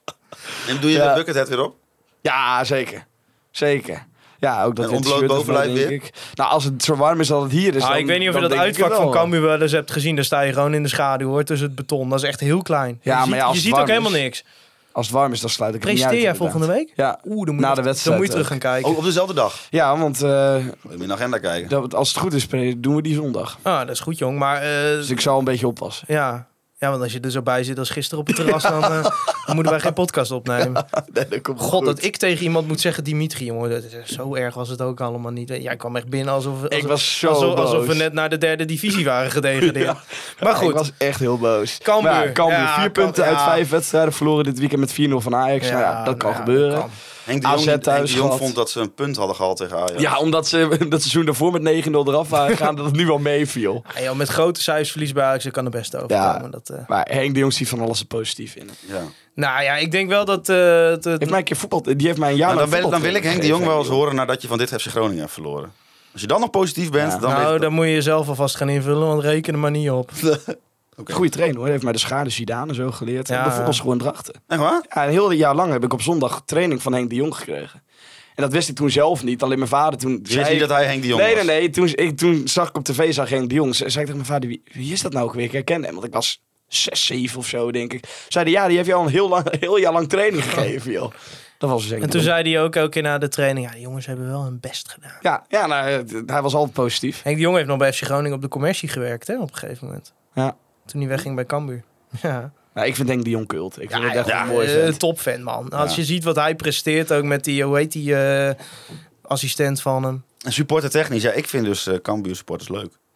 En doe je Ja. de buckethead weer op? Ja, zeker. Zeker. Ja, ook dat En witte ontbloot shirt bovenlijf ervan, denk weer? ik. Nou, als het zo warm is dat het hier is, Ah, dan, ik weet niet of je dan dat denk ik uitvak het van wel. Cambuur wel eens hebt gezien. Daar sta je gewoon in de schaduw hoor, tussen het beton. Dat is echt heel klein. Ja, je maar ziet, ja, als je het ziet ook warm helemaal is. niks. Als het warm is, dan sluit ik het niet uit. Presteer jij inderdaad. volgende week? Ja, Oeh, dan moet, Na je, de dan wedstrijd moet je terug ook. gaan kijken. Ook op dezelfde dag. ja, want eh, Moet je in de agenda kijken. dat, als het goed is, doen we die zondag. Ah, dat is goed jong. Maar eh, Dus ik zal een beetje oppassen. ja. ja, want als je er zo bij zit als gisteren op het terras, dan, eh, dan moeten wij geen podcast opnemen. Nee, dat komt God, dat ik tegen iemand moet zeggen, Dimitri, jongen, dat is zo erg was het ook allemaal niet. Jij kwam echt binnen alsof, alsof, Ik was zo alsof, boos. alsof we net naar de derde divisie waren gedegradeerd. Ja. Maar Ja, goed, ik was echt heel boos. Cambuur. Maar ja, Cambuur, Ja, vier kan- punten uit ja. vijf wedstrijden. Verloren dit weekend met vier nul van Ajax. Ja, nou ja, dat kan ja, gebeuren. dat kan. Henk de A Z Jong, Henk thuis de Jong gehad. vond dat ze een punt hadden gehad tegen Ajax. Ja, omdat ze dat seizoen daarvoor met negen nul eraf waren gegaan, dat het nu wel meeviel. Ja, joh, met grote cijferverlies bij Ajax, dat kan er best overkomen. Ja. Dat, eh. Maar Henk de Jong ziet van alles er positief in. Ja. Nou ja, ik denk wel dat... eh, het, het- Heeft mij een keer voetbal, die heeft mij een jaar Nou, lang dan, wil, dan wil ik voetbaltraining Henk de Jong wel eens gegeven, horen nadat je van dit F C Groningen hebt verloren. Als je dan nog positief bent, Ja. dan weet nou, ik dan moet je jezelf alvast gaan invullen, want reken er maar niet op. Oké. Goeie trainer hoor, heeft mij de schade Zidane en zo geleerd. Ja, de ja. voetbalschool in Drachten. Echt waar? Ja, een heel jaar lang heb ik op zondag training van Henk de Jong gekregen. En dat wist ik toen zelf niet, alleen mijn vader toen Je wist niet dat hij Henk de Jong Nee, was? nee, nee. Toen, ik, toen zag ik op tv, zag Henk de Jong. Zei ik tegen mijn vader, wie, wie is dat nou ook weer? Ik herkende hem, want ik was zes, zeven of zo, denk ik. Zeiden, ja, die heeft jou al een heel, lang, heel jaar lang training gegeven, joh. Dat was dus Henk En de toen Jong. zei hij ook elke keer na de training, ja, die jongens hebben wel hun best gedaan. Ja, ja nou, eh, hij was altijd positief. Henk de Jong heeft nog bij F C Groningen op de commercie gewerkt, hè, op een gegeven moment. Ja. Toen hij wegging bij Cambuur. Ja, Nou, ik vind Henk de Jong kult. Ik vind het echt ja, een mooi eh, vent. topfan, man. Als Ja. je ziet wat hij presteert, ook met die, hoe heet die, eh, assistent van hem. En supporter technisch, ja, ik vind dus uh, Cambuur supporters leuk.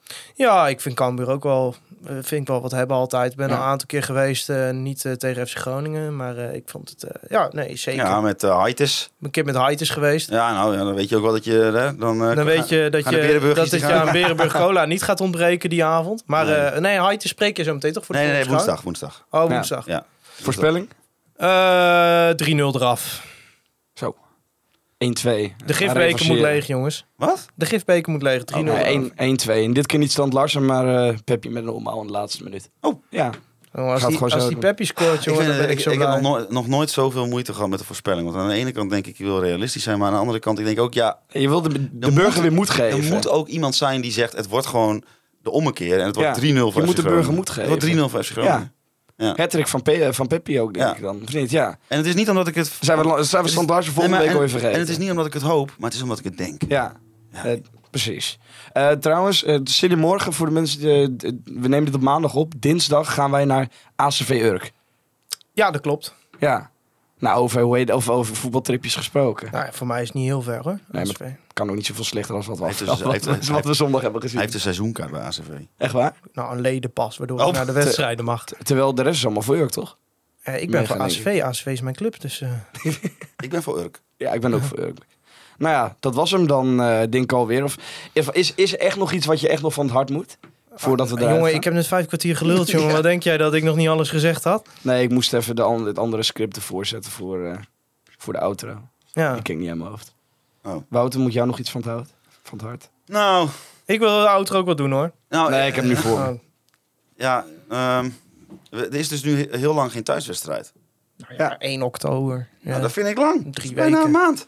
Ja, ik vind Cambuur ook wel, uh, vind ik wel wat hebben altijd. Ik ben Ja. al een aantal keer geweest, uh, niet uh, tegen F C Groningen, maar uh, ik vond het, uh, ja, nee, zeker. Ja, met uh, Haitis. Een keer met Haitis geweest. Ja, nou, ja, dan weet je ook wel dat je... Hè, dan uh, Dan weet je dat gaan de je Berenburgers dat het die je gaan- aan Berenburg Cola niet gaat ontbreken die avond. Maar Nee. nee, uh, nee Haitis spreek je zo meteen toch voor de Nee, nee, nee, voorbeschouwing? woensdag, woensdag. Oh, woensdag. Ja. Voorspelling? Uh, drie nul eraf. Zo. één twee. De gifbeker moet leeg, jongens. Wat? De gifbeker moet leeg. drie nul Oh, eraf. één één twee. En dit keer niet Stand Larsen, maar uh, Peppi met een omhaal in de laatste minuut. Oh. Ja. Oh, als Gaat die, gewoon als zo die doen. Peppi scoort, Ik, jongen, vind, dan ben ik, ik, zo ik heb blij. nog, nooit, nog nooit zoveel moeite gehad met de voorspelling. Want aan de ene kant denk ik, je wil realistisch zijn. Maar aan de andere kant, ik denk ook, ja... Je wil de, de er burger moet- weer moed geven. Er moet ook iemand zijn die zegt, het wordt gewoon de ommekeer. En het wordt Ja, drie nul voor je F C moet de Groningen. burger moed Het wordt geven. drie nul voor F C Groningen. Ja. Hattrick van, Pe van Peppi ook, denk Ja. ik dan. Of niet? Ja. En het is niet omdat ik het... Zijn we, zijn we Het is- Stand Larsen volgende Nee, week maar- alweer en, vergeten? en het is niet omdat ik het hoop, maar het is omdat ik het denk. Ja, Ja. eh, precies. Uh, trouwens, uh, Silly morgen voor de mensen... die, uh, we nemen dit op maandag op. Dinsdag gaan wij naar A C V Urk. Ja, dat klopt. Ja. Nou, over, hoe heet, over, over voetbaltripjes gesproken. Nou, voor mij is het niet heel ver, hoor. Nee, A C V. Kan ook niet zoveel slechter dan wat we, Hij heeft dus- wat, hij heeft- wat, hij wat we zondag hebben gezien. Hij heeft een seizoenkaart bij A C V. Echt waar? Nou, een ledenpas, waardoor Oh, ik naar de wedstrijden mag. Terwijl de rest is allemaal voor Urk, toch? Eh, ik ben Nee, voor denk A C V. A C V is mijn club, dus... uh, Ik ben voor Urk. Ja, ik ben ook voor Urk. Nou ja, dat was hem dan, uh, denk ik alweer. Of, is, is er echt nog iets wat je echt nog van het hart moet? Voordat we eruit jongen, gaan? ik heb net vijf kwartier geluld, jongen. Wat denk jij dat ik nog niet alles gezegd had? Nee, ik moest even de an het andere script ervoor zetten voor, uh, voor de outro. Ja. Die ken ik niet aan mijn hoofd. Oh. Wouter, moet jou nog iets van het, hout? van het hart? Nou, Ik wil de outro ook wat doen, hoor. nou Nee, ik heb nu voor. Oh. Ja, ehm, er is dus nu he- heel lang geen thuiswedstrijd. Nou ja, één oktober. Ja. Nou, dat vind ik lang. Drie Dat is bijna weken. een maand.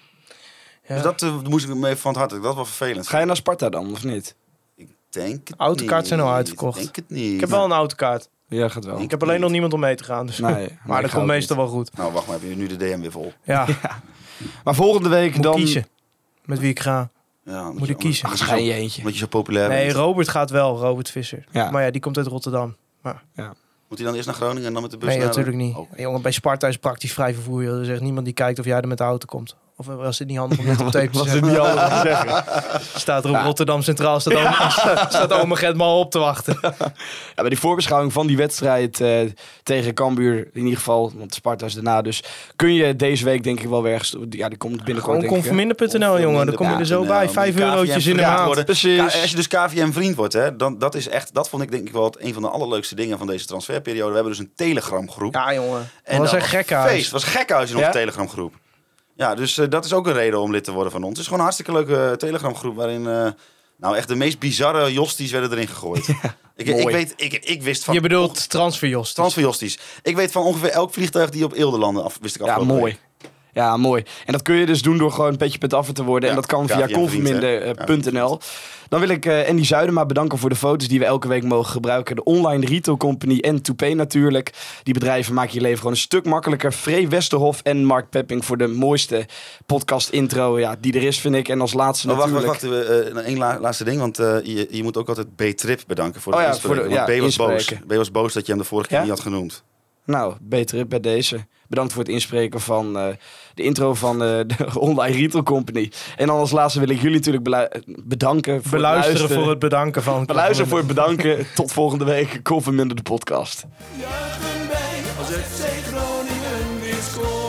Ja. Dus dat uh, moest ik me even van het hart. Dat is wel vervelend. Ga je naar Sparta dan, of niet? Ik denk het Autokaart zijn al niet. uitverkocht. Ik denk het niet. Ik heb wel een autokaart. Ja, gaat wel. Ik heb alleen nog niemand om mee te gaan. Dus. Nee, maar nee, dat ik komt ga ook meestal wel goed. Nou, wacht maar. Heb je nu de D M weer vol? Ja, Maar volgende week moet dan... kiezen. Met wie ik ga. Ja, omdat Moet je- ik kiezen. Omdat Ach, je, ga je zo, je eentje. omdat je zo populair Nee, bent. Robert gaat wel. Robert Visser. Ja. Maar ja, die komt uit Rotterdam. Moet hij dan eerst naar Groningen en dan met de bus Nee, naar... natuurlijk niet. Oké. Jongen, bij Sparta is praktisch vrij vervoer. joh. Er is echt niemand die kijkt of jij er met de auto komt. Of was het niet handig om dit op tape te Was zeggen? het niet handig om te zeggen? Staat er op Rotterdam Centraal, staat, ja. staat ome Gert maar op te wachten. Ja, bij die voorbeschouwing van die wedstrijd eh, tegen Cambuur, in ieder geval, want Sparta is daarna, dus kun je deze week denk ik wel weer ergens... Ja, die komt binnenkort Gewoon denk ik. hè? conforminder punt n l, jongen. Dan kom je er zo Ja, bij. moet Vijf je eurotjes K V M in de vriend maand. worden. Precies. K- als je dus K V M vriend wordt, hè, dan dat is echt, dat vond ik denk ik wel het, een van de allerleukste dingen van deze transferperiode. We hebben dus een Telegram groep. Ja, jongen. En Dat was dat echt gekhuis. feest. Het was gekhuis in Ja? onze Telegram groep. Ja, dus uh, dat is ook een reden om lid te worden van ons. Het is gewoon een hartstikke leuke Telegram groep waarin uh, nou echt de meest bizarre josties werden erin gegooid. ik, ik, mooi. weet, ik, ik wist van Je bedoelt transferjost. transferjosties. Ik weet van ongeveer elk vliegtuig die op Eelde landde, af, wist ik Ja, afgelopen mooi. Ja, mooi. En dat kun je dus doen door gewoon een petje punt af te worden. Ja, en dat kan K V via M vriend, conforminder punt n l. Dan wil ik uh, Andy Zuidema bedanken voor de foto's die we elke week mogen gebruiken. De Online Retail Company en Toupé natuurlijk. Die bedrijven maken je leven gewoon een stuk makkelijker. Free Westerhof en Mark Pepping voor de mooiste podcast intro ja, die er is, vind ik. En als laatste Oh, wacht, wacht, natuurlijk... wacht. Uh, Eén la laatste ding, want uh, je, je moet ook altijd B-Trip bedanken voor de Oh ja, inspreken. voor de- Want ja, B was boos. inspreken. B was boos dat je hem de vorige keer Ja? niet had genoemd. Nou, beter bij deze. Bedankt voor het inspreken van uh, de intro van uh, de Online Retail Company. En dan als laatste wil ik jullie natuurlijk belu- bedanken voor Beluisteren het luisteren. voor het bedanken van... Beluisteren voor het bedanken. Tot volgende week. Conforminder de podcast. Juichen wij als F C Groningen weer scoort.